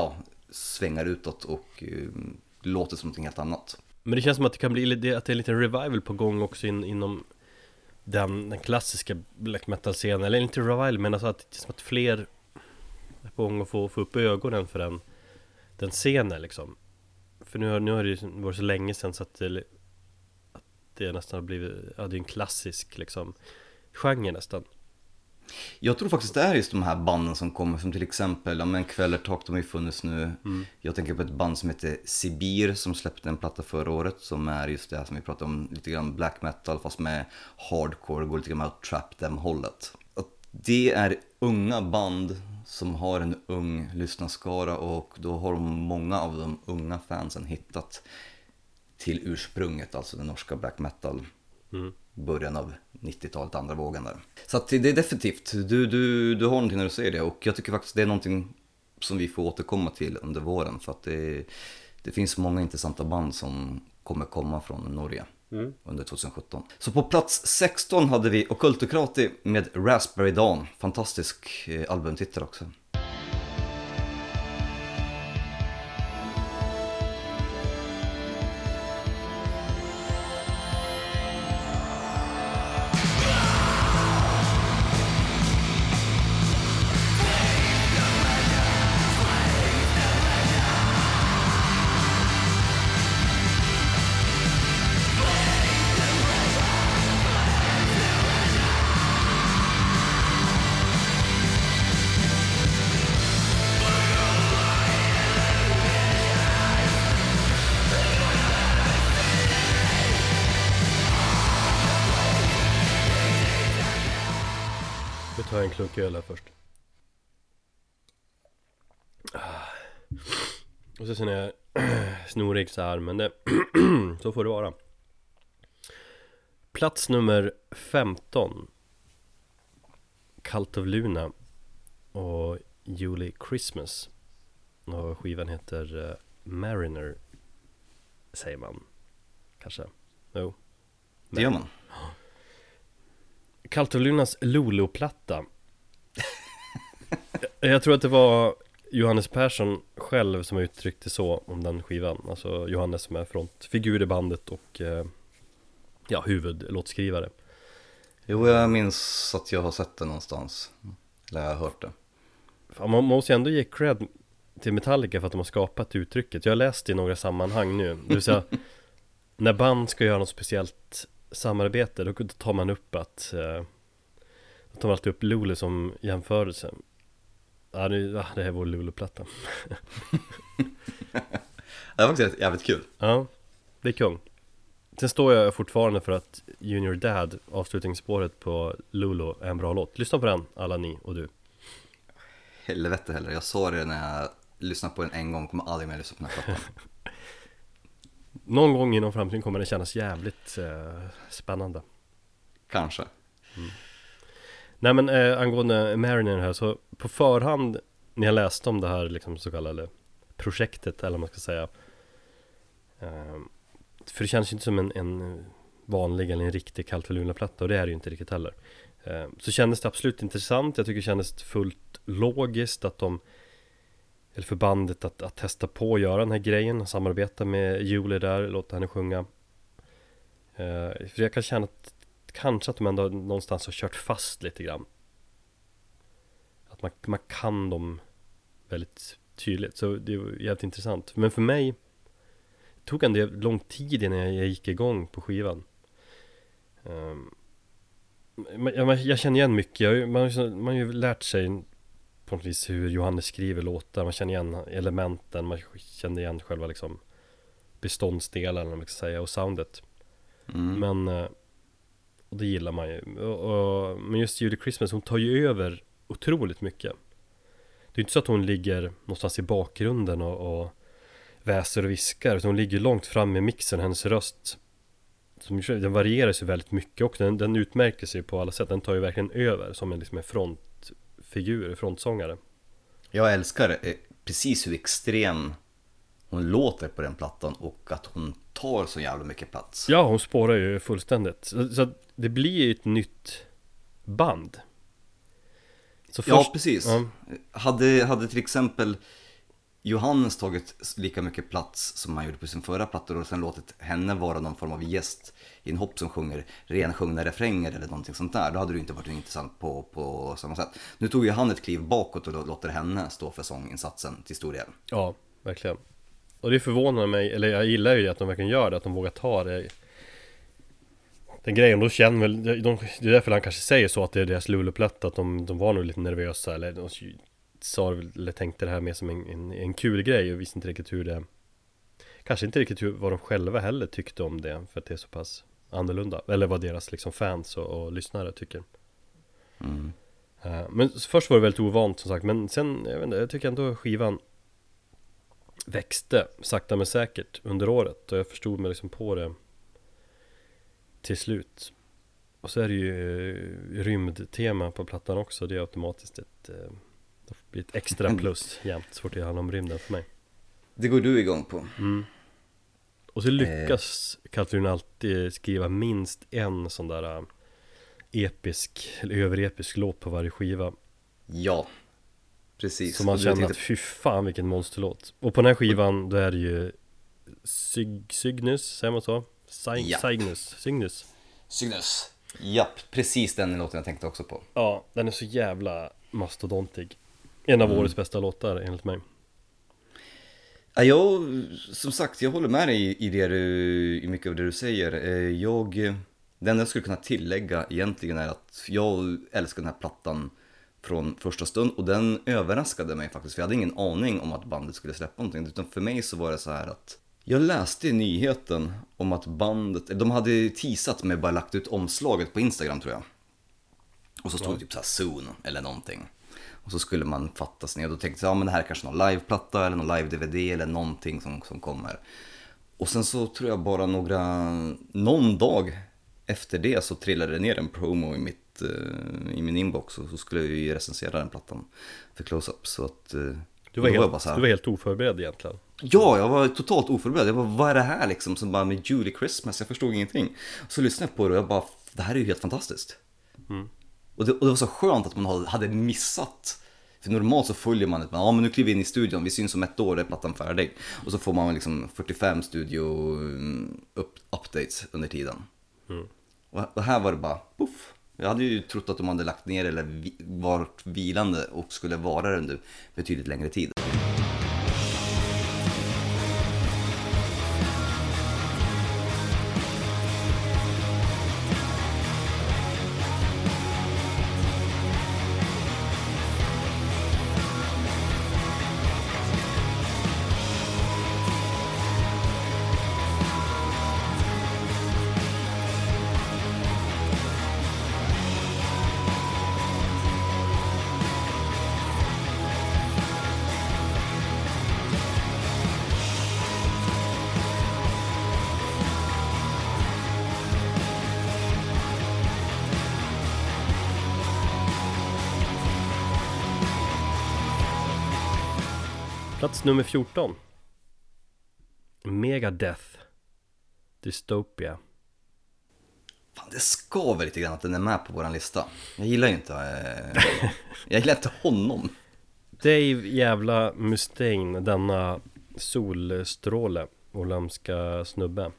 svänger utåt och uh, låter som någonting helt annat. Men det känns som att det kan bli att det är lite revival på gång också in, inom den, den klassiska black metal-scenen. Eller inte revival, men alltså att det är som att fler är på gång att få, få upp ögonen för den, den scenen liksom. För nu har, nu har det ju varit så länge sedan så att det, att det nästan har blivit, ja, det är en klassisk liksom genre nästan. Jag tror faktiskt det är just de här banden som kommer, som till exempel, ja men Kvelertak, de har ju funnits nu. Mm. Jag tänker på ett band som heter Sibir som släppte en platta förra året som är just det här som vi pratade om, lite grann black metal fast med hardcore, går lite grann med trap dem hållet. Att det är unga band som har en ung lyssnarskara och då har många av de unga fansen hittat till ursprunget, alltså den norska black metal. Mm. Början av nittiotalet, andra vågen där. Så att det är definitivt, du, du, du har någonting när du säger det, och jag tycker faktiskt det är någonting som vi får återkomma till under våren, för att det, det finns många intressanta band som kommer komma från Norge mm. under tjugohundrasjutton. Så på plats sexton hade vi Occultocrati med Raspberry Dawn, fantastisk eh, albumtitel också. Ta en klunk öl här först. Och så sen är jag snorig så här, men det så får det vara. Plats nummer femton, Cult of Luna och Julie Christmas. Och skivan heter uh, Mariner, säger man kanske. Jo. Det gör man. Cult of Lunas Lolo-platta. Jag tror att det var Johannes Persson själv som uttryckte så om den skivan. Alltså Johannes som är frontfigur i bandet och eh, ja, huvudlåtskrivare. Jo, jag minns att jag har sett det någonstans. Eller jag har hört det. Fan, man måste ju ändå ge cred till Metallica för att de har skapat uttrycket. Jag har läst det i några sammanhang nu. Det vill säga, när band ska göra något speciellt samarbete, då tar man upp att eh, då tar man alltid upp Lulu som jämförelse. Ja, det, ja, det här är vår Lulu-platta. Det var faktiskt jävligt kul. Ja, det är kung. Sen står jag fortfarande för att Junior Dad, avslutningsspåret på Lulu, är en bra låt. Lyssna på den, alla ni och du. Helvete heller, jag sa det när jag lyssnade på den en gång, kommer aldrig mer lyssna på den här plattan. Någon gång inom framtiden kommer det kännas jävligt eh, spännande. Kanske. Mm. Nej, men eh, angående Mariner här, så på förhand när jag läste om det här liksom, så kallade projektet, eller vad man ska säga, eh, för det känns ju inte som en, en vanlig eller en riktig Cult of Luna-platta, och det är det ju inte riktigt heller. eh, Så kändes det absolut intressant. Jag tycker det kändes fullt logiskt att de, eller för bandet att, att testa på att göra den här grejen, samarbeta med Julie där, låta henne sjunga. eh, För jag kan känna att kanske att de ändå någonstans har kört fast lite grann. Att man, man kan dem väldigt tydligt. Så det är jävligt intressant. Men för mig tog ändå lång tid innan jag, jag gick igång på skivan. um, jag, jag känner igen mycket. jag, man, man har ju lärt sig på något vis hur Johannes skriver låtar. Man känner igen elementen. Man känner igen själva liksom beståndsdelarna, eller man ska säga, och soundet. Mm. Men och det gillar man ju. och, och, Men just Julie Christmas, hon tar ju över otroligt mycket. Det är inte så att hon ligger någonstans i bakgrunden och, och väser och viskar, utan hon ligger långt fram med mixen. Hennes röst, som, den varierar sig väldigt mycket, och den, den utmärker sig på alla sätt. Den tar ju verkligen över som en, liksom en frontfigur, frontsångare. Jag älskar precis hur extrem hon låter på den plattan, och att hon tar så jävla mycket plats. Ja, hon spårar ju fullständigt. Så, så det blir ju ett nytt band. Så först, ja, precis. Ja. Hade, hade till exempel Johannes tagit lika mycket plats som han gjorde på sin förra platta och sen låtit henne vara någon form av gäst i en hopp som sjunger rensjungna refränger eller någonting sånt där, då hade det inte varit intressant på, på samma sätt. Nu tog ju han ett kliv bakåt och låter henne stå för sånginsatsen till stor del. Ja, verkligen. Och det förvånar mig, eller jag gillar ju att de verkligen gör det, att de vågar ta det. Den grejen, då känner väl, de, det är därför han kanske säger så, att det är deras lulluplätt, att de, de var nog lite nervösa, eller de sa, eller tänkte det här mer som en, en, en kul grej och visste inte riktigt hur det, kanske inte riktigt hur, vad de själva heller tyckte om det, för att det är så pass annorlunda, eller vad deras liksom fans och, och lyssnare tycker. Mm. uh, Men först var det väldigt ovant som sagt, men sen, jag vet inte, jag tycker ändå skivan växte sakta men säkert under året, och jag förstod mig liksom på det till slut. Och så är det ju rymdtema på plattan också. Det är automatiskt ett, det blir ett extra plus jämt så fort det handlar om rymden för mig. Det går du igång på. Mm. Och så lyckas eh. Katrin alltid skriva minst en sån där episk eller överepisk låt på varje skiva. Ja, precis. Så man känner tänkte... att fy fan vilken monsterlåt. Och på den här skivan då är det ju Cyg- Cygnus, säger man så? Cygnus, ja. Cygnus, Cygnus. Cygnus. Japp, precis den låten jag tänkte också på. Ja, den är så jävla mastodontig. En av mm. årets bästa låtar enligt mig. Ja, jag, som sagt, jag håller med dig i, i, det du, i mycket av det du säger. Jag, det enda jag skulle kunna tillägga egentligen är att jag älskar den här plattan från första stund. Och den överraskade mig faktiskt, för jag hade ingen aning om att bandet skulle släppa någonting. Utan för mig så var det så här att jag läste i nyheten om att bandet, de hade teasat med bara lagt ut omslaget på Instagram tror jag. Och så stod det typ så här soon eller någonting. Och så skulle man fattas ner och då tänkte jag, ja men det här är kanske någon liveplatta eller någon live-D V D eller någonting som, som kommer. Och sen så tror jag bara några, någon dag efter det så trillade det ner en promo i, mitt, uh, i min inbox och så skulle jag ju recensera den plattan för Close-Up. Så att, uh, du, var helt, var du var helt oförberedd egentligen. Ja, jag var totalt oförberedd. Jag bara, vad är det här liksom? Som bara med Julie Christmas, jag förstod ingenting. Så lyssnade jag på det och jag bara, det här är ju helt fantastiskt. Mm. Och, det, och det var så skönt att man hade missat. För normalt så följer man ett, ja men nu kliver vi in i studion, vi syns om ett år, är plattan färdig. Och så får man liksom fyrtiofem studio up, updates under tiden. Mm. Och, och här var det bara, puff. Jag hade ju trott att de hade lagt ner eller vi, varit vilande och skulle vara det under betydligt längre tid. Plats nummer fjorton. Megadeth Dystopia. Fan, det skaver lite grann att den är med på våran lista. Jag gillar ju inte eh, jag gillar inte honom. Dave jävla Mustaine, denna solstråle och lömska snubbe.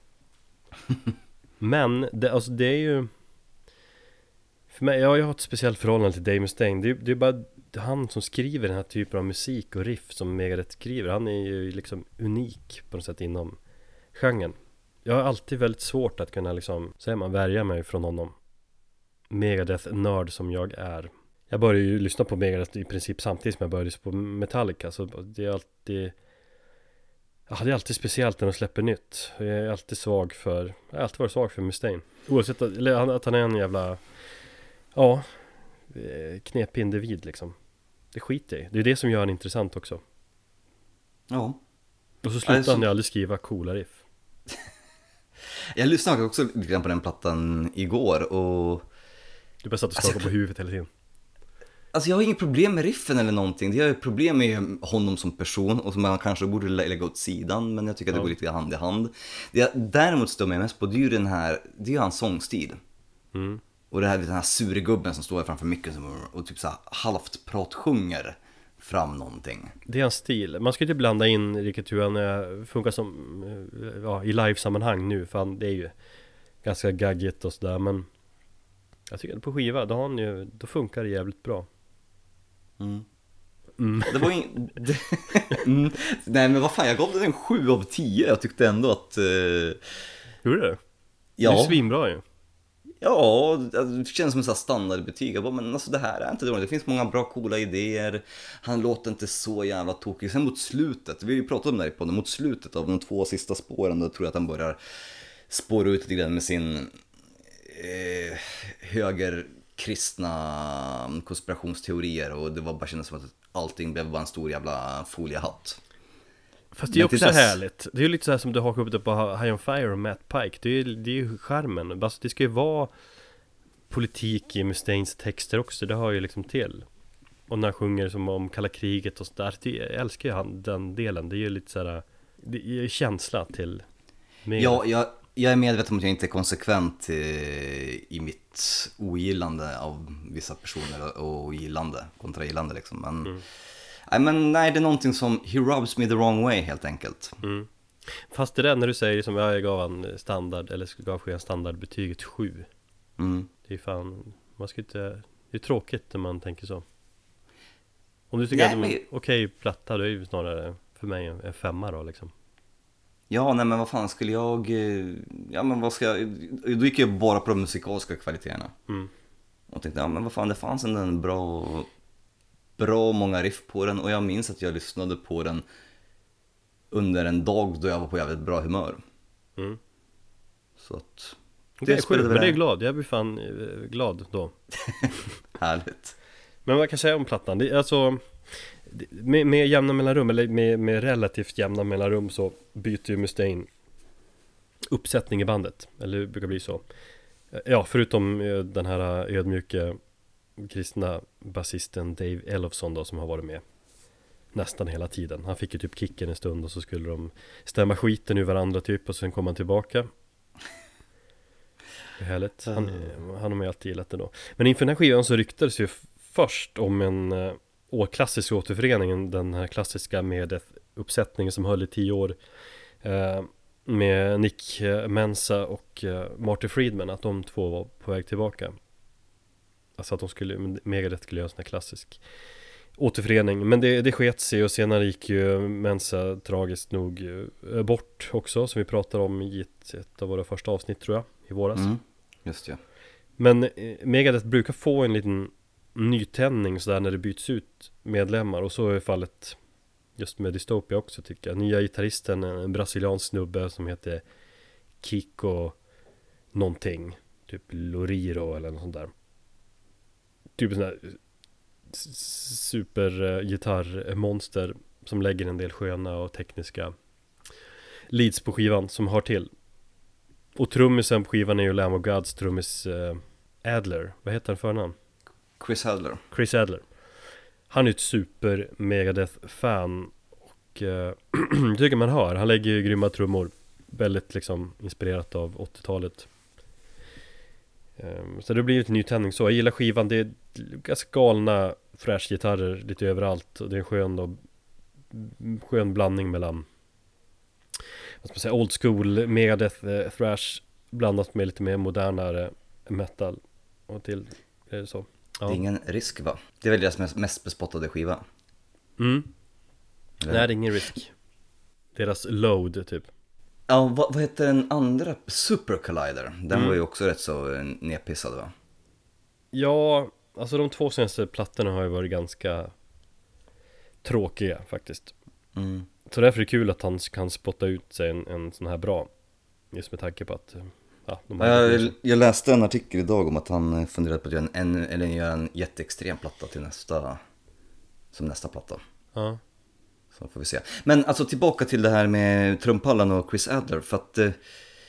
Men det, alltså det är ju för mig, jag har ett speciellt förhållande till Dave Mustaine. Det, det är bara han som skriver den här typen av musik och riff som Megadeth skriver. Han är ju liksom unik på något sätt inom genren. Jag har alltid väldigt svårt att kunna liksom, säger man, värja mig från honom. Megadeth-nörd som jag är. Jag började ju lyssna på Megadeth i princip samtidigt som jag började lyssna på Metallica. Så det är alltid, ja, det är alltid speciellt när de släpper nytt. Jag är alltid svag för, jag har alltid varit svag för Mustaine. Oavsett att, eller att han är en jävla, ja, knepig individ liksom. Det skiter i. Det är det som gör han intressant också. Ja. Och så slutar alltså, han ju aldrig skriva coola riff. Jag lyssnade också lite grann på den plattan igår och du bara satt och skakade alltså, på huvudet hela tiden. Alltså jag har inget problem med riffen eller någonting. Jag har problem med honom som person och som man kanske borde lägga åt sidan, men jag tycker att det ja. går lite hand i hand. Det jag däremot står med mest på, det är ju den här, det är ju hans sångstil. Mm. Och det här, den här surgubben som står framför micken och typ så här halvt pratsjunger fram någonting. Det är en stil. Man ska inte blanda in riktigt hur han är, funkar som ja, i live-sammanhang nu. För han, det är ju ganska gaggigt och sådär. Men jag tycker att på skiva, då, har han ju, då funkar det jävligt bra. Mm. Mm. Det var in... det... mm. Nej men vad fan, jag gav den en sju av tio. Jag tyckte ändå att... Uh... Gjorde det? Ja. Det är svinbra ju. Ja, det känns som en sån här standardbetyg. Jag bara, men alltså det här är inte dåligt. Det finns många bra coola idéer. Han låter inte så jävla tokig. Sen mot slutet, vi har ju pratat om det här på det, mot slutet av de två sista spåren, då tror jag att han börjar spåra ut lite grann med sin eh, högerkristna konspirationsteorier. Och det var bara kändes som att allting blev bara en stor jävla foliehatt. Fast det är Men till också dess- härligt. Det är ju lite så här som du hakar upp det på High on Fire och Matt Pike. Det är ju, det är ju charmen. Alltså det ska ju vara politik i Mustaines texter också. Det hör ju liksom till. Och när han sjunger som om kalla kriget och sådär. Jag älskar ju han den delen. Det är ju lite så här. Det är ju känsla till mer. Ja, jag, jag är medveten om att jag inte är konsekvent i, i mitt ogillande av vissa personer och gillande kontra gillande liksom. Men, Mm. nej, men nej, det är någonting som he rubs me the wrong way helt enkelt. Mm. Fast det där när du säger som jag gav en standard, eller gav en standardbetyget sju. Mm. Det är fan, man ska inte, det är tråkigt när man tänker så. Om du tycker Nej, att det är men- en okej platta, då är det ju snarare för mig en en femma då liksom. Ja, nej men vad fan skulle jag... eh, Ja, men vad ska jag... Då gick jag bara på de musikaliska kvaliteterna. Mm. Och tänkte, ja men vad fan, det fanns en, en bra... Bra många riff på den. Och jag minns att jag lyssnade på den under en dag då jag var på jävligt bra humör. Mm. Så att... Det är spelade sjukt, väl men det är en- glad, jag blir fan eh, glad då. Härligt. Men vad kan jag säga om plattan? Det är alltså det- med, med jämna mellanrum, eller med, med relativt jämna mellanrum, så byter ju Mustaine uppsättning i bandet. Eller det brukar bli så. Ja, förutom eh, den här ödmjuka kristna basisten Dave Ellefson då, som har varit med nästan hela tiden. Han fick ju typ kicken en stund och så skulle de stämma skiten ur varandra typ, och sen kom han tillbaka. Det är härligt. Han, han har man ju alltid gillat det då. Men inför den här skivan så ryktades ju f- först om en uh, klassisk återförening, den här klassiska Megadeth-uppsättningen som höll i tio år, eh, med Nick eh, Mensa och uh, Marty Friedman, att de två var på väg tillbaka. Alltså att de skulle, Megadeth skulle göra en sån här klassisk återförening. Men det, det sket sig, och senare gick ju Mensa tragiskt nog eh, bort också, som vi pratade om i ett, ett av våra första avsnitt tror jag, i våras. Mm. Just ja. Men eh, Megadeth brukar få en liten nytändning sådär när det byts ut medlemmar, och så är fallet just med Dystopia också tycker jag. Nya gitarristen, en brasiliansk snubbe som heter Kiko någonting, typ Loriro eller något sånt där. Typ sån där supergitarrmonster som lägger en del sköna och tekniska leads på skivan som har till. Och trummisen på skivan är ju Lamb of Gods trummis uh, Adler. Vad heter han för namn? Chris Adler. Chris Adler. Han är ju ett super Megadeth-fan, och uh, tycker man hör. Han lägger ju grymma trummor. Väldigt liksom inspirerat av åttiotalet. Um, så det blir ju ett nytändning så. Jag gillar skivan. Det är ganska galna thrash-gitarrer lite överallt. Och det är en skön, då, skön blandning mellan, vad ska man säga, old school Megadeth eh, thrash blandat med lite mer modernare metal. Och till är det så. Ja. Det är ingen risk va? Det är väl deras mest- mest bespottade skiva. Mm. Eller? Nej, det är ingen risk. Deras load typ. Ja, vad, vad heter den andra? Super Collider. Den Mm. var ju också rätt så eh, nedpissad va? Ja, alltså de två senaste plattorna har ju varit ganska tråkiga faktiskt. Mm. Så därför är det kul att han kan spotta ut sig en, en sån här bra. Just med tanke på att ja, de har Jag, jag läste en artikel idag om att han funderade på att göra en, en, eller göra en jätteextrem platta till nästa, som nästa platta. Ja. Så får vi se. Men alltså tillbaka till det här med trumpallan och Chris Adler. För att eh,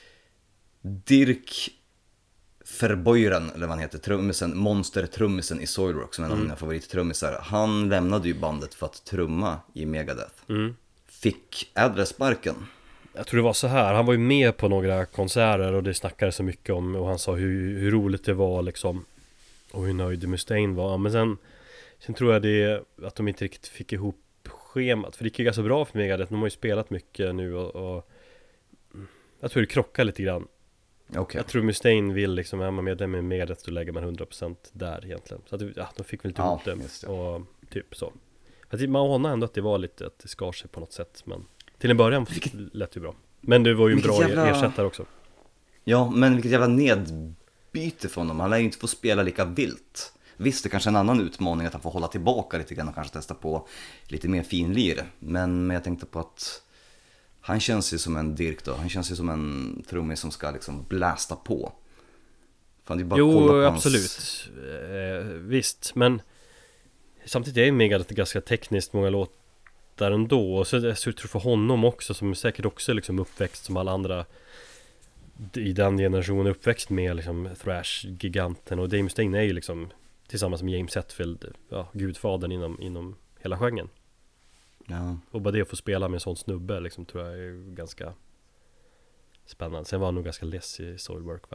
Dirk Verboiren, eller vad han heter, trummisen, monster-trummisen i Soilrock, som är en av mina favorittrummisar. Han lämnade ju bandet för att trumma i Megadeth. Mm. Fick Adler sparken. Jag tror det var så här, han var ju med på några konserter och det snackades så mycket om, och han sa hur, hur roligt det var liksom, och hur nöjd Mustaine var. Men sen Sen tror jag det är att de inte riktigt fick ihop schemat. För det gick ju ganska bra för Megadeth. De har ju spelat mycket nu och, och jag tror det krockar lite grann. Okay. Jag tror Mustaine vill liksom, är man medlem i Megadeth då lägger man hundra procent där egentligen. Så att, ja, de fick väl lite ihop ja, det, det och typ så. Att man anar ändå att det var lite, att det skar sig på något sätt. Men till en början vilket, lät det ju bra. Men det var ju en bra jävla... ersättare också. Ja, men vilket jävla nedbyte från dem. Han lär ju inte få spela lika vilt. Visst, det kanske är en annan utmaning att han får hålla tillbaka lite grann och kanske testa på lite mer finlir. Men, men jag tänkte på att han känns ju som en Dirk då. Han känns ju som en trummis som ska liksom blästa på. Fan, det är bara jo, kolla på absolut. Hans... Eh, visst, men samtidigt är ju Megadeth ganska tekniskt många låtar ändå. Och så jag tror för honom också, som är säkert också liksom uppväxt som alla andra i den generationen, uppväxt med liksom thrash-giganten. Och Dave Mustaine är ju liksom tillsammans med James Hetfield, ja, gudfadern inom, inom hela genren. Ja. Och bara det att få spela med en sån snubbe liksom, tror jag är ganska spännande. Sen var han nog ganska less i Soilwork, va?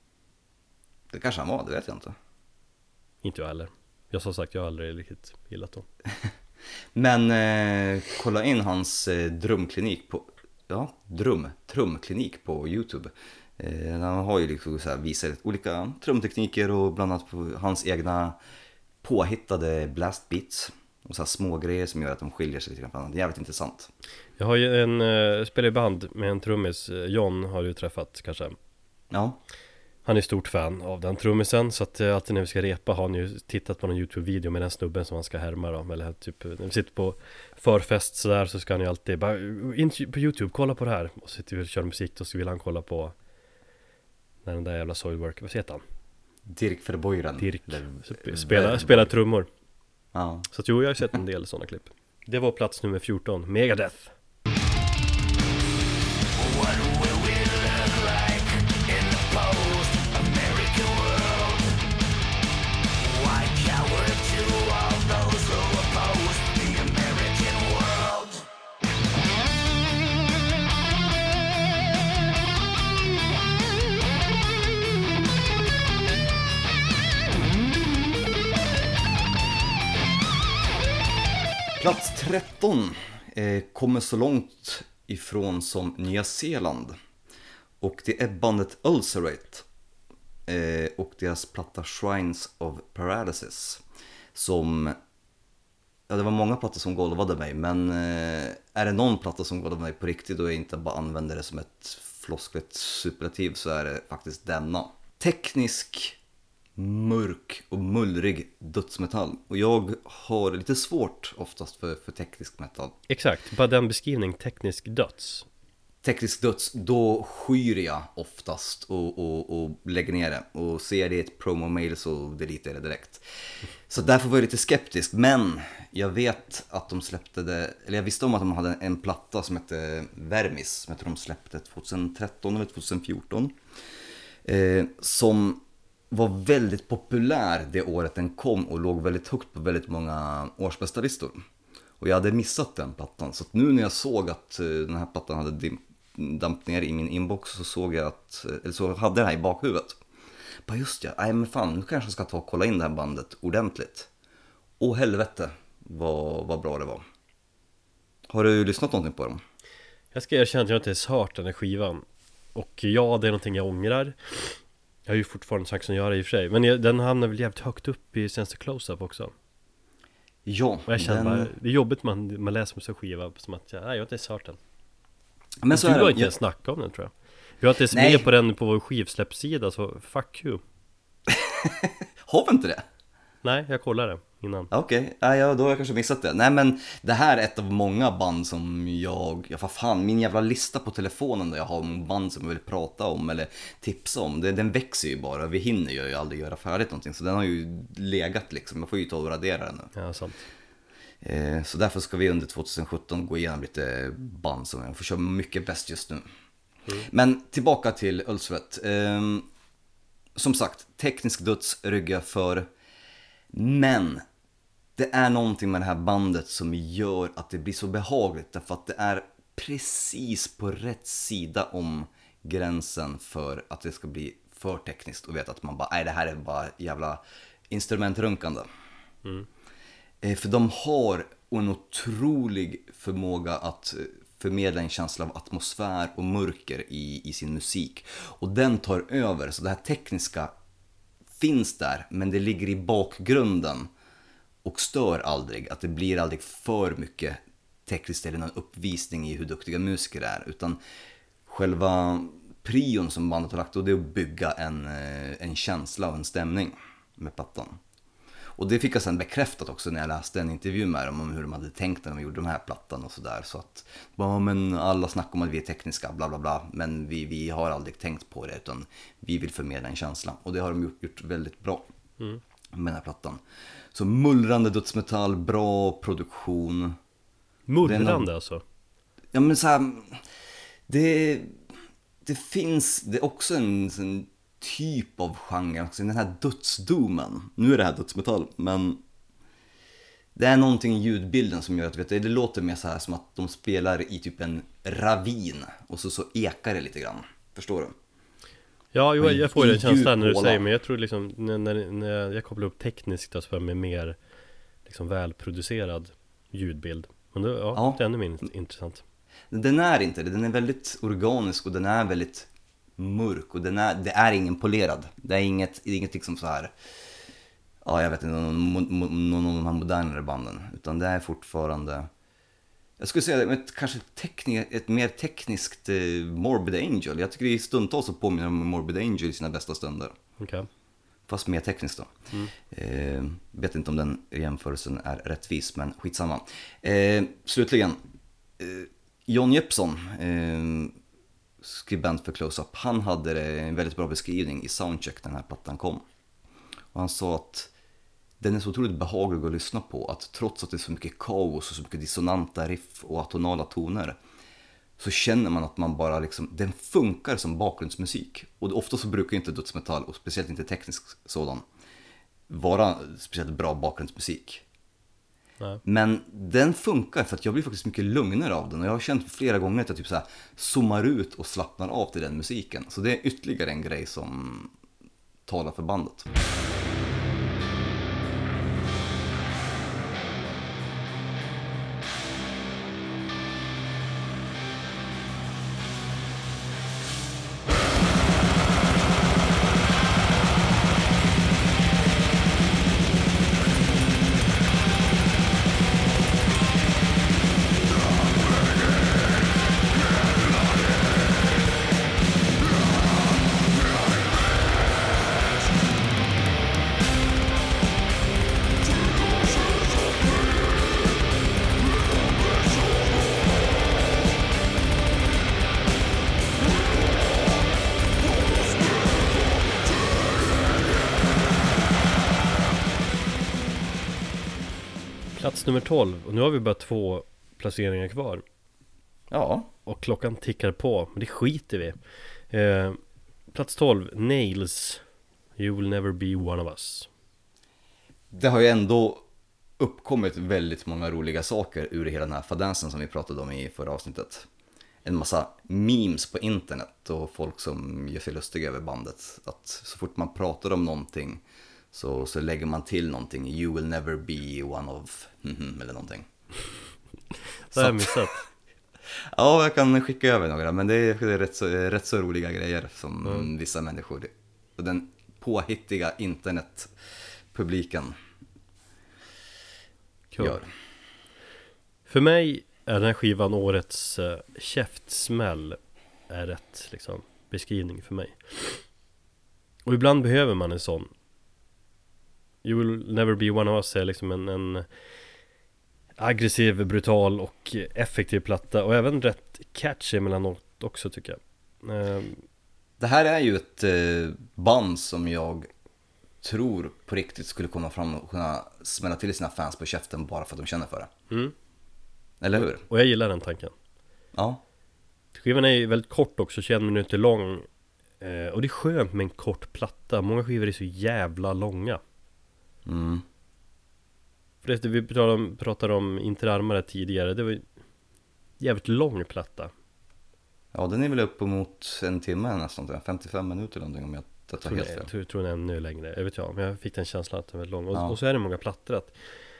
Det kanske han var, det vet jag inte. Inte jag heller. Jag som sagt, jag har aldrig riktigt gillat dem. Men eh, kolla in hans eh, drumklinik på, ja, drum, trumklinik på YouTube. Eh, han har ju liksom så här visat olika trumtekniker och bland annat på hans egna påhittade blast beats och så här små grejer som gör att de skiljer sig lite grann från varandra. Det är jävligt intressant. Jag har ju en uh, spelar i band med en trummis, John har du träffat kanske. Ja. Han är stort fan av den trummisen, så att uh, alltid när vi ska repa har han ju tittat på någon YouTube-video med den snubben som han ska härma då. Eller typ, när vi sitter på förfest så där, så ska han ju alltid bara in på YouTube, kolla på det här. Och så sitter vi och kör musik och så vill han kolla på när den där jävla Soilwork, vad heter han? Dirk Verboiren. Dirk, spela, spela trummor. Ja. Så att jo, jag har sett en del sådana klipp. Det var plats nummer fjorton, Megadeth. Plats tretton eh, kommer så långt ifrån som Nya Zeeland. Och det är bandet Ulcerate eh, och deras platta Shrines of Paralysis. Som, ja, det var många plattor som golvade mig, men eh, är det någon platta som golvade mig på riktigt och jag inte bara använder det som ett floskligt superlativ, så är det faktiskt denna. Teknisk, mörk och mullrig dödsmetall. Och jag har lite svårt oftast för, för teknisk metall. Exakt, bara den beskrivning, teknisk döds. Teknisk döds, då skyr jag oftast och, och, och lägger ner det. Och ser det i ett promo-mail så deletar jag det direkt. Så därför var jag lite skeptisk. Men jag vet att de släppte det, eller jag visste om att de hade en platta som hette Vermis, som jag tror de släppte tjugohundratretton eller tjugohundrafjorton. Eh, som var väldigt populär det året den kom och låg väldigt högt på väldigt många årsbästa listor. Och jag hade missat den plattan. Så att nu när jag såg att den här plattan hade dim- dampt ner i min inbox, så såg jag att, eller så hade jag det här i bakhuvudet. Bara just ja, nej men fan, nu kanske jag ska ta och kolla in det här bandet ordentligt. Åh helvete, vad, vad bra det var. Har du lyssnat någonting på dem? Jag ska erkänna att jag inte ens hört den här skivan. Och ja, det är någonting jag ångrar. Jag har ju fortfarande chans att göra i och för sig. Men jag, den hamnar väl jävligt högt upp i senaste close-up också. Ja, och jag känner den... bara, det är jobbigt man, man läser med så skiva som att jag, nej, jag har inte ens hört den. Men så du är har det, inte ens jag... snackat om den, tror jag. Vi har inte ens Nej. med på den på vår skivsläppsida, så fuck you. Har vi inte det? Nej, jag kollade det innan. Okej, okay. Ja, då har jag kanske missat det. Nej men det här är ett av många band som jag, ja vad fan, min jävla lista på telefonen där jag har band som jag vill prata om eller tipsa om, det, den växer ju bara. Vi hinner ju aldrig göra färdigt någonting, så den har ju legat liksom, jag får ju ta och radera den nu. Ja, sant. Eh, så därför ska vi under tjugohundrasjutton gå igenom lite band som jag får köra mycket bäst just nu. Mm. Men tillbaka till Ulcerate. Eh, som sagt, teknisk döds ryggar för. Men det är någonting med det här bandet som gör att det blir så behagligt. Därför att det är precis på rätt sida om gränsen för att det ska bli för tekniskt. Och vet att man bara, nej det här är bara jävla instrumentrunkande. Mm. Eh, för de har en otrolig förmåga att förmedla en känsla av atmosfär och mörker i, i sin musik. Och den tar över, så det här tekniska finns där, men det ligger i bakgrunden och stör aldrig. Att det blir aldrig för mycket tekniskt eller någon uppvisning i hur duktiga musiker är, utan själva prion som bandet har lagt, och det är att bygga en, en känsla och en stämning med plattan. Och det fick jag sen bekräftat också när jag läste en intervju med dem om hur de hade tänkt när de gjorde de här plattan och sådär. Så att, ja, men alla snackar om att vi är tekniska, bla bla bla, men vi, vi har aldrig tänkt på det, utan vi vill förmedla en känsla. Och det har de gjort, gjort väldigt bra mm. med den här plattan. Så mullrande dödsmetall, bra produktion. Mullrande någon... alltså? Ja, men så här, det, det finns, det är också en, en typ av genre, också den här dödsdomen. Nu är det här dödsmetall, men det är någonting i ljudbilden som gör att, vet du, det låter mer så här som att de spelar i typ en ravin och så, så ekar det lite grann. Förstår du? Ja, jo, jag får den känslan när du säger, men jag tror liksom när, när, när jag kopplar upp tekniskt så för med mer liksom välproducerad ljudbild. Men då, ja, ja, det är ännu mer intressant. Den är inte det, den är väldigt organisk och den är väldigt mörk och den är, det är ingen polerad. Det är inget, inget liksom så här, ja, jag vet inte, någon, någon, någon av de här modernare banden, utan det är fortfarande, jag skulle säga ett, kanske teknik, ett mer tekniskt eh, Morbid Angel. Jag tycker det är stundtals så påminner om Morbid Angel i sina bästa stunder. Okay. Fast mer tekniskt då. Mm. Eh, vet inte om den jämförelsen är rättvis, men skitsamma. Eh, slutligen, eh, John Jeppson, eh, skribent för Close-Up, han hade en väldigt bra beskrivning i Soundcheck när den här plattan kom. Och han sa att den är så otroligt behaglig att lyssna på, att trots att det är så mycket kaos och så mycket dissonanta riff och atonala toner, så känner man att man bara liksom, den funkar som bakgrundsmusik. Och ofta så brukar inte dödsmetall, och speciellt inte teknisk sådan, vara speciellt bra bakgrundsmusik. Nej. Men den funkar för att jag blir faktiskt mycket lugnare av den. Och jag har känt flera gånger att jag typ så här zoomar ut och slappnar av till den musiken. Så det är ytterligare en grej som talar för bandet. Plats nummer tolv, och nu har vi bara två placeringar kvar. Ja. Och klockan tickar på, men det skiter vi. eh, Plats tolv, Nails, You Will Never Be One of Us. Det har ju ändå uppkommit väldigt många roliga saker ur hela den här fadansen som vi pratade om i förra avsnittet. En massa memes på internet och folk som gör sig lustiga över bandet. Att så fort man pratar om någonting Så, så lägger man till någonting. You will never be one of eller någonting. Det har jag missat. Ja, jag kan skicka över några. Men det är, det är rätt, så, rätt så roliga grejer som mm. vissa människor, och den påhittiga internetpubliken cool. gör. För mig är den här skivan årets uh, käftsmäll. Är rätt liksom, beskrivning för mig. Och ibland behöver man en sån. You Will Never Be One of Us är liksom en, en aggressiv, brutal och effektiv platta. Och även rätt catchy mellanåt också, tycker jag. um, Det här är ju ett eh, band som jag tror på riktigt skulle komma fram och kunna smälla till sina fans på käften bara för att de känner för det. mm. Eller hur? Och jag gillar den tanken. Ja. Skivan är ju väldigt kort också, tjugoett minuter lång. eh, Och det är skönt med en kort platta. Många skivor är så jävla långa. Mm. För efter vi pratade om, pratade om Interarmare tidigare, det var ju jävligt lång platta. Ja, den är väl upp mot en timme nästan, femtiofem minuter eller någonting, om jag tar tror helt fel. Jag tror, tror den är ännu längre, jag vet jag, men jag fick den känslan att den var lång. Och, ja. och så är det många plattor att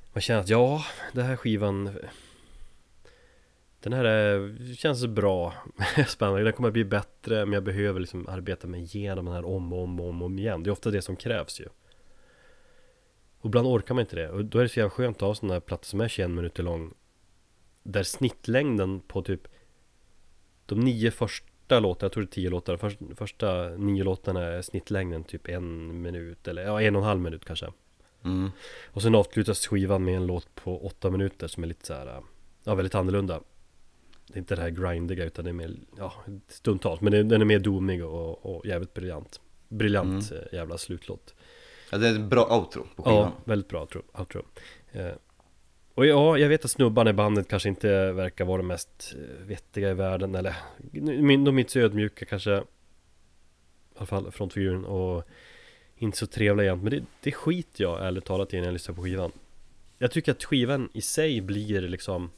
man känner att ja, den här skivan, den här är, känns bra, spännande, den kommer att bli bättre, men jag behöver liksom arbeta mig igenom den här om och om och om, om igen. Det är ofta det som krävs ju. Och ibland orkar man inte det. Och då är det så jävla skönt att ha sådana här plattor som är tjugoen minuter lång, där snittlängden på typ de nio första låtarna, jag tror det är tio låtar, först, första nio låtarna är snittlängden typ en minut, eller ja, en och en halv minut kanske. Mm. Och sen avslutas skivan med en låt på åtta minuter som är lite så här, ja, väldigt annorlunda. Det är inte det här grindiga, utan det är mer, ja, stundtals, men det, den är mer domig och, och jävligt briljant. Briljant mm. jävla slutlåt. Ja, det är ett bra outro på skivan. Ja, väldigt bra outro, outro. Eh, Och ja, jag vet att snubbarna i bandet kanske inte verkar vara de mest vettiga i världen, eller de är inte så ödmjuka kanske, i alla fall frontfiguren, och inte så trevliga egentligen. Men det, det skiter jag ärligt talat i när jag lyssnar på skivan. Jag tycker att skivan i sig blir liksom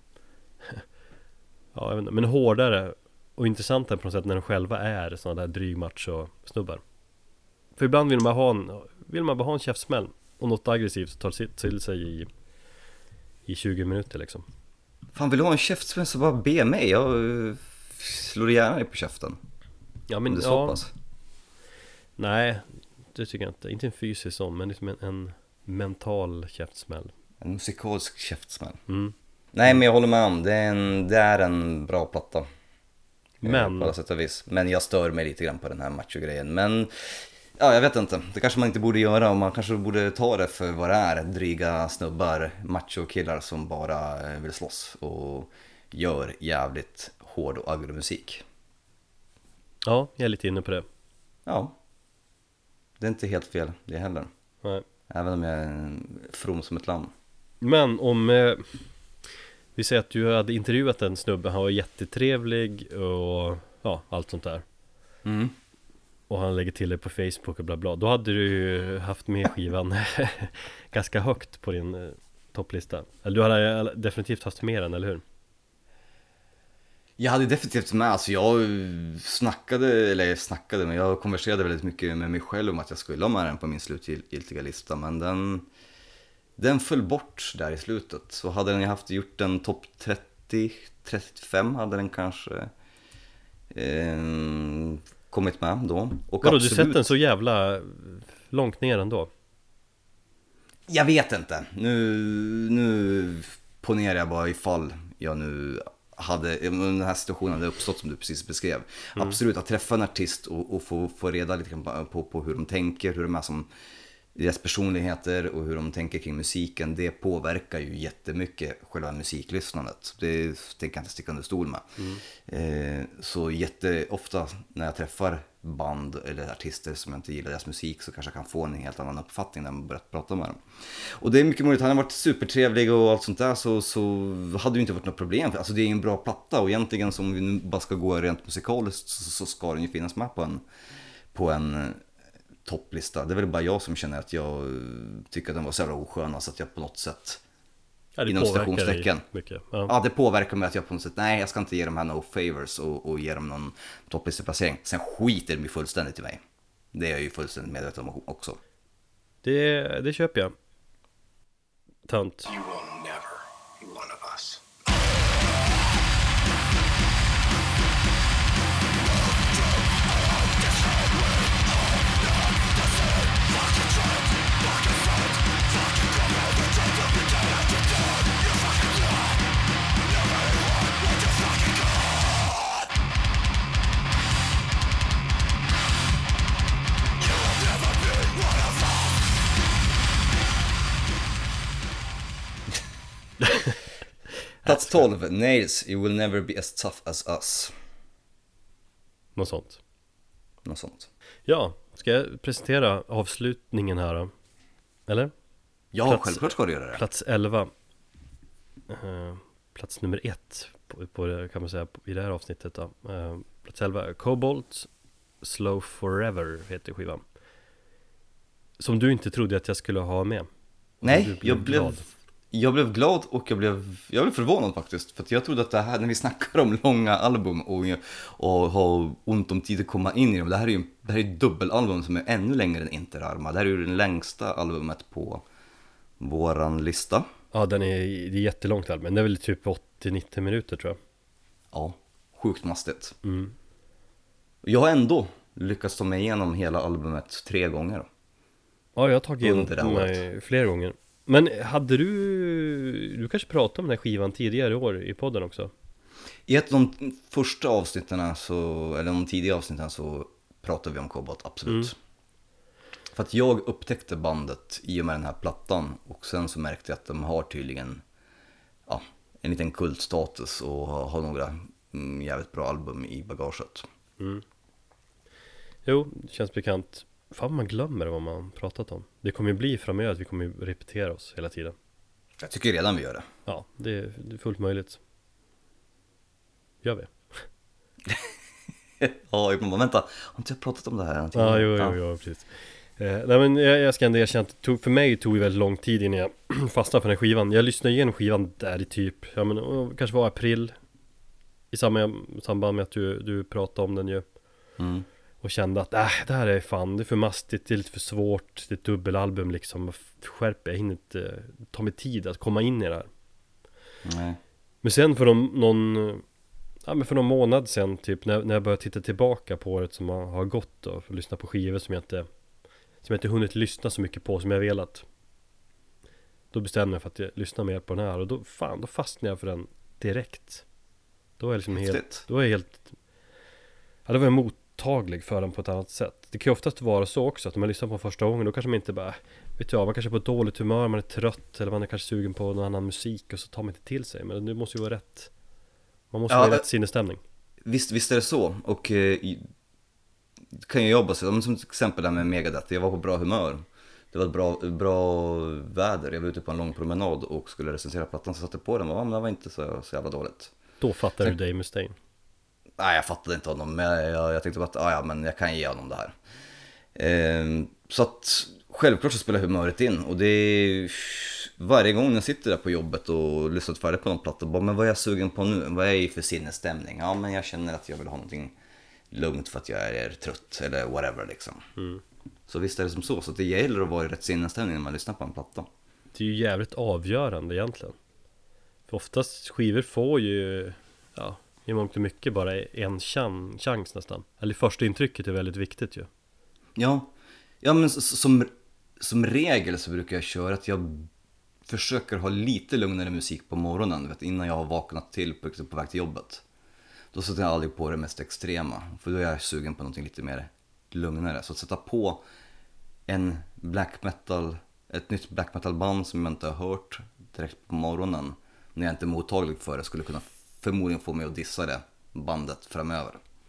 ja, jag vet inte, men hårdare och intressantare på något sätt när de själva är sådana där drygmacho-snubbar. För ibland vill man ha en, vill man bara ha en käftsmäll och något aggressivt tar sitt till sig i i tjugo minuter liksom. Fan, vill du ha en käftsmäll så bara be mig. Jag slår gärna dig på käften. Ja, men det är ja, pass. Nej, det tycker jag inte. Inte en fysisk sån, men liksom en, en mental käftsmäll. En musikalisk käftsmäll. Mm. Nej, men jag håller med om. Det är en, det är en bra platta. Men på alla sätt och vis. Men jag stör mig lite grann på den här macho-grejen. Men ja, jag vet inte. Det kanske man inte borde göra, och man kanske borde ta det för vad det är. Dryga snubbar, macho-killar som bara vill slåss och gör jävligt hård och aggro musik. ja, jag är lite inne på det. Ja. Det är inte helt fel det heller. Nej. Även om jag är from som ett lamm. Men om eh, vi säger att du hade intervjuat en snubbe, han var jättetrevlig och ja, allt sånt där. Mm. Och han lägger till det på Facebook och bla bla. Då hade du ju haft med skivan ganska högt på din eh, topplista. Eller du hade definitivt haft med den, eller hur? Jag hade definitivt med, alltså jag snackade, eller snackade, men jag konverserade väldigt mycket med mig själv om att jag skulle ha med den på min slutgiltiga lista. Men den, den föll bort där i slutet. Så hade den haft gjort en topp trettio trettiofem hade den kanske eh, kommit med då. Och vadå, absolut, du sett den så jävla långt ner ändå? Jag vet inte. Nu, nu ponerar jag bara ifall jag nu hade den här situationen hade uppstått som du precis beskrev. Mm. Absolut, att träffa en artist och, och få, få reda lite på, på, på hur de tänker, hur de är som deras personligheter och hur de tänker kring musiken, det påverkar ju jättemycket själva musiklyssnandet. Det tänker jag inte sticka under stol med. Mm. Eh, så jätteofta när jag träffar band eller artister som jag inte gillar deras musik, så kanske jag kan få en helt annan uppfattning när man börjat prata med dem. Och det är mycket möjligt, han har varit supertrevlig och allt sånt där, så, så hade det inte varit något problem. Alltså det är en bra platta, och egentligen som vi nu bara ska gå rent musikaliskt, så, så ska den ju finnas med på en, på en topplista. Det är väl bara jag som känner att jag tycker att den var så jävla oskön, så att jag på något sätt, ja, det inom stationstecken, mycket. Ja. ja, det påverkar mig att jag på något sätt, nej, jag ska inte ge dem här no favors och, och ge dem någon topplisteplacering. Sen skiter de ju fullständigt i mig. Det är jag ju fullständigt medveten om också. Det, det köper jag. Tant. You will never be one of us. Plats tolv, Nails, You Will Never Be As Tough As Us. Något sånt. Något sånt. Ja, ska jag presentera avslutningen här då? Eller? Ja, plats, självklart ska du göra det. Plats elva. Uh, plats nummer ett på, på, kan man säga, i det här avsnittet då. Uh, plats elva, Cobalt Slow Forever heter skivan. Som du inte trodde att jag skulle ha med. Nej, blev jag blev glad. Jag blev glad och jag blev, jag blev förvånad faktiskt. För att jag trodde att det här, när vi snackar om långa album och, och har ont om tid att komma in i dem, det här är ju det här är ett dubbelalbum som är ännu längre än Interarma. Det här är ju det längsta albumet på, våran lista. Ja, den är, det är jättelångt album, men det är väl typ åttio till nittio minuter tror jag. Ja, sjukt mastigt. Mm. Jag har ändå lyckats ta mig igenom hela albumet tre gånger. Ja, jag har tagit Under det in året. mig flera gånger. Men hade du, du kanske pratade om den här skivan tidigare i år i podden också? I ett av de första avsnitten så, eller de tidiga avsnitten så pratade vi om Cobalt, absolut. Mm. För att jag upptäckte bandet i och med den här plattan och sen så märkte jag att de har tydligen ja, en liten kultstatus och har, har några mm, jävligt bra album i bagaget. Mm. Jo, det känns bekant. Fan, man glömmer vad man pratat om. Det kommer ju bli framöver att vi kommer ju repetera oss hela tiden. Jag tycker redan vi gör det. Ja, det är, det är fullt möjligt. Gör vi? Ja, jag bara, vänta, har inte jag pratat om det här? Ja, jo, jo, jo, precis. Eh, nej, men jag, jag ska ändå erkänna att det tog, för mig tog det väldigt lång tid innan jag fastnade för den här skivan. Jag lyssnade igenom skivan där i typ, ja men oh, kanske var april. I samma, samband med att du, du pratade om den ju. Mm. Och kände att äh, det här är fan, det är för mastigt, det är lite för svårt. Det är ett dubbelalbum liksom. Skärp, jag hinner inte ta mig tid att komma in i det här. Nej. Men sen för någon, någon ja, men för någon månad sen typ när, när jag började titta tillbaka på året som har, har gått och lyssna på skivor som jag inte som jag inte hunnit lyssna så mycket på som jag velat. Då bestämde jag för att jag lyssnar mer på den här och då fan, då fastnade jag för den direkt. Då är jag liksom helt, Häftigt. då är jag helt ja, då var jag mottaglig för den på ett annat sätt. Det kan ju oftast vara så också att när man lyssnar på första gången då kanske man inte bara, vet jag, man kanske är på ett dåligt humör, man är trött eller man är kanske sugen på någon annan musik och så tar man inte till sig. Men det måste ju vara rätt. Man måste Ja, vara i rätt sinnesstämning. Visst, visst är det så. Och eh, i- kan jag jobba så. Som till exempel där med Megadeth. Jag var på bra humör. Det var ett bra, bra väder. Jag var ute på en lång promenad och skulle recensera plattan. Så satte jag på den. Ja, men det var inte så, så jävla dåligt. Då fattar du Sen- Dave Mustaine. Nej, jag fattade inte honom. Men jag, jag, jag tänkte bara att ah, ja, men jag kan ge honom det här. Ehm, så att självklart så spelar humöret in. Och det är varje gång jag sitter där på jobbet och lyssnat färdigt på någon platta. Bara, men vad är jag sugen på nu? Vad är jag i för sinnesstämning? Ja, men jag känner att jag vill ha någonting lugnt för att jag är trött. Eller whatever liksom. Mm. Så visst är det som så. Så det gäller att vara i rätt sinnesstämning när man lyssnar på en platta. Det är ju jävligt avgörande egentligen. För oftast skivor får ju, ja, i mångt och mycket bara en chans, chans nästan. Eller första intrycket är väldigt viktigt ju. Ja, ja men s- som, som regel så brukar jag köra att jag försöker ha lite lugnare musik på morgonen, du vet, innan jag har vaknat till på, på väg till jobbet. Då sätter jag aldrig på det mest extrema, för då är jag sugen på någonting lite mer lugnare. Så att sätta på en black metal, ett nytt black metal band som jag inte har hört direkt på morgonen, när jag inte är mottaglig för det, skulle kunna förmodligen få mig att dissa det bandet framöver.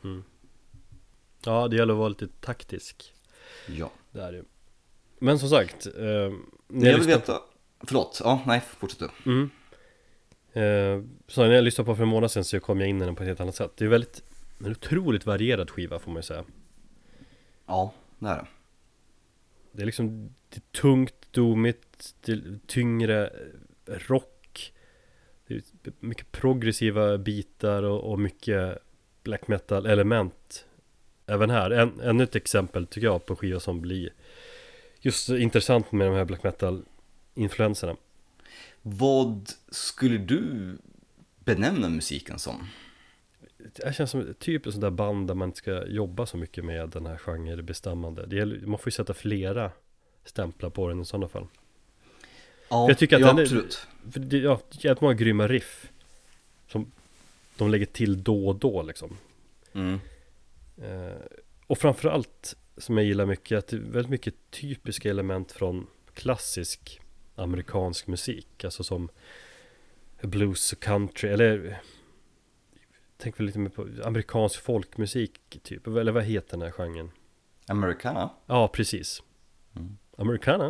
Ja, det gäller att vara lite taktisk. Ja. Det är det ju. Men som sagt, eh, när Men jag vill lyssnar- veta, förlåt, ja, nej, fortsätt du. Mm. Eh, så när jag lyssnade på för en månad sedan så kom jag in i den på ett helt annat sätt. Det är väldigt, en otroligt varierad skiva får man ju säga. Ja, det är det. Det är liksom det är tungt, domigt, det är tyngre rock. Det är mycket progressiva bitar och, och mycket black metal element. Även här, en, ännu ett exempel tycker jag på en skiva som blir just intressant med de här black metal influenserna. Vad skulle du benämna musiken som? Det känns som typ ett sånt där band där man inte ska jobba så mycket med den här genrebestämmande. Det gäller, man får ju sätta flera stämplar på den i sådana fall. Ja, Jag tycker att ja, den är- absolut. För det ja, det är jävligt många grymma riff som de lägger till då och då liksom. Mm. Eh, och framförallt som jag gillar mycket att det är väldigt mycket typiska element från klassisk amerikansk musik. Alltså som blues och country eller tänk väl lite mer på amerikansk folkmusik typ. Eller vad heter den här genren? Americana? Ja, precis. Mm. Americana.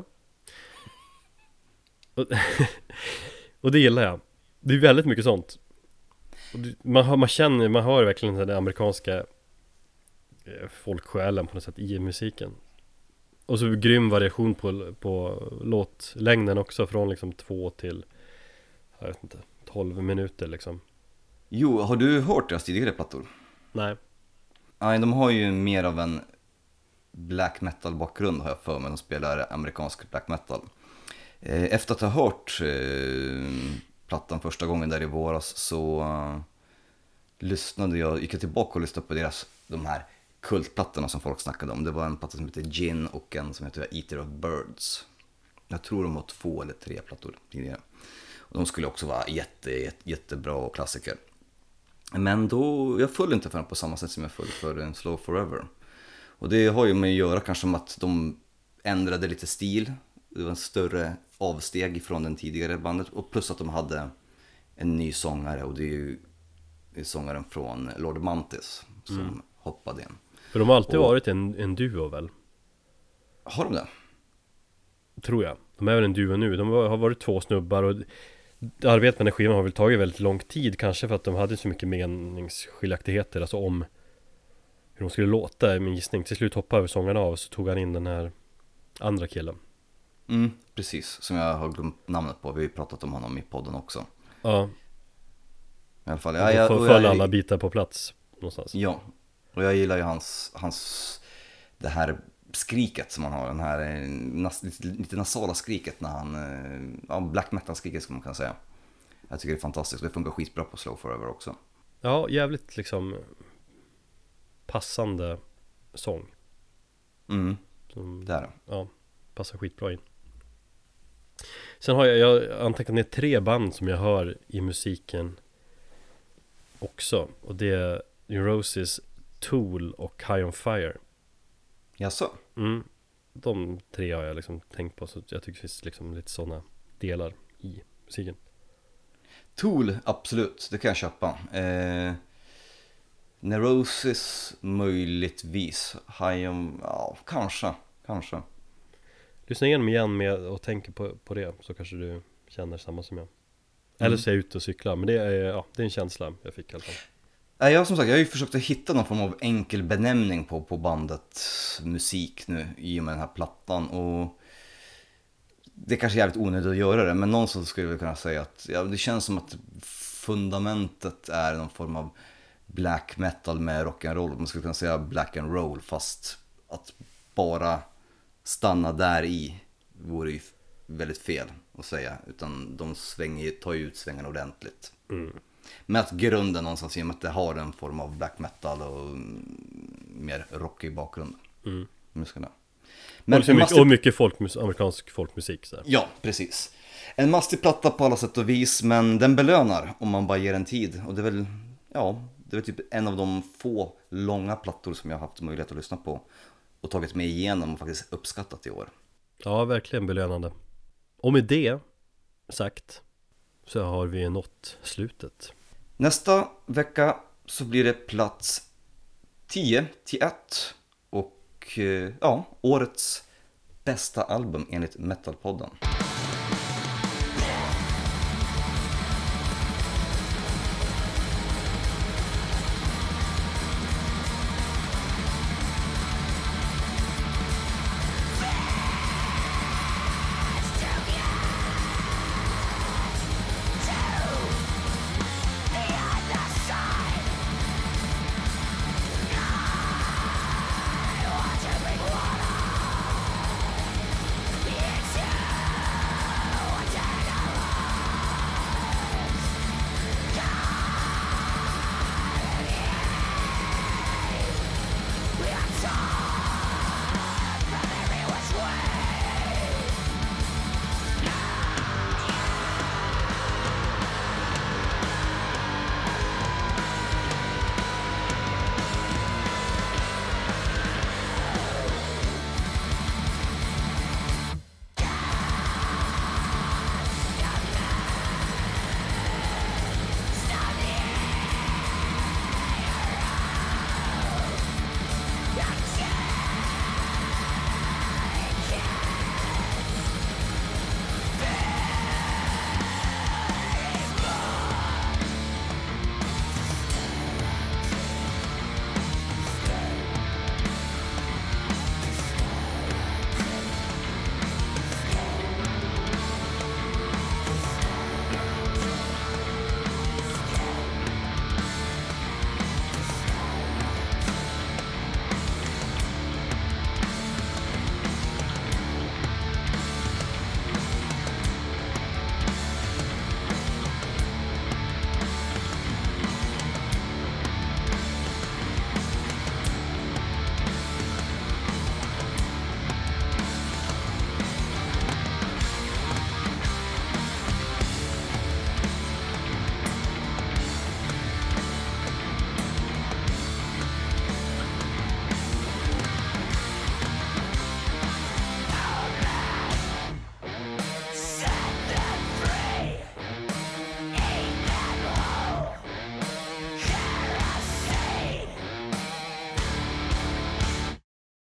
Och, och det gillar jag. Det är väldigt mycket sånt. Och det, man, hör, man känner, man hör verkligen den amerikanska eh, folksjälen på något sätt i musiken. Och så grym variation på, på låtlängden också. Från liksom två till, jag vet inte, tolv minuter liksom. Jo, har du hört deras tidigare plattor? Nej. Nej, de har ju mer av en black metal bakgrund har jag för mig. De spelar amerikansk black metal. Efter att ha hört eh, plattan första gången där i våras så uh, lyssnade jag, gick jag tillbaka och lyssnade på deras, de här kultplattorna som folk snackade om. Det var en platta som heter Gin och en som heter Eater of Birds. Jag tror de har två eller tre plattor tidigare. Och de skulle också vara jätte, jätte, jättebra klassiker. Men då, jag föll inte för den på samma sätt som jag föll för en Slow Forever. Och det har ju med att göra kanske med att de ändrade lite stil. Det var en större avsteg från den tidigare bandet. Och plus att de hade en ny sångare. Och det är ju det är sångaren från Lord Mantis som mm. hoppade in. För de har alltid och, varit en, en duo väl? Har de det? Tror jag. De är väl en duo nu. De har varit två snubbar och arbetet med den skivan har väl tagit väldigt lång tid. Kanske för att de hade så mycket meningsskiljaktigheter. Alltså om hur de skulle låta. Min gissning. Till slut hoppade över sångarna av och så tog han in den här andra killen. Mm, precis. Som jag har glömt namnet på. Vi har ju pratat om honom i podden också. Ja. I alla fall. Ja, jag, föll jag, alla bitar på plats någonstans. Ja. Och jag gillar ju hans, hans det här skriket som han har. Den här nas, lite, lite nasala skriket när han, ja, black metal skriket ska man kan säga. Jag tycker det är fantastiskt. Det funkar skitbra på Slow Forever också. Ja, jävligt liksom passande sång. Mm, som, det är det. Ja, passar skitbra in. Sen har jag, jag antecknat ner tre band som jag hör i musiken också. Och det är Neurosis, Tool och High on Fire. Jaså? Mm. De tre har jag liksom tänkt på, så jag tycker det finns liksom lite sådana delar i musiken. Tool, absolut, det kan jag köpa. Eh, Neurosis, möjligtvis. High on, ja, kanske, kanske. Lyssna igenom igen med och tänker på, på det, så kanske du känner samma som jag. Eller Mm. så är jag ute och cykla, men det är, ja, det är en känsla jag fick i alla fall. Nej, jag som sagt, jag har ju försökt att hitta någon form av enkel benämning på, på bandets musik nu i och med den här plattan. Och det är kanske jävligt onödigt att göra det, men någonstans skulle jag kunna säga att ja, det känns som att fundamentet är någon form av black metal med rock'n'roll. Man skulle kunna säga black and roll, fast att bara stanna där i vore ju väldigt fel att säga. Utan de svänger, tar ju ut svängarna ordentligt. Mm. Men att grunden någonstans i och med att det har en form av black metal och mer rockig bakgrund. Mm. Muskarna. Men och, mycket, mastig... och mycket folkmus- amerikansk folkmusik så här. Ja, precis. En mastig platta på alla sätt och vis, men den belönar om man bara ger en tid. Och det är väl, ja, det är typ en av de få långa plattor som jag har haft möjlighet att lyssna på och tagit mig igenom och faktiskt uppskattat i år. Ja, verkligen belönande. Och med det sagt så har vi nått slutet. Nästa vecka så blir det plats tio till ett och ja, årets bästa album enligt Metalpodden.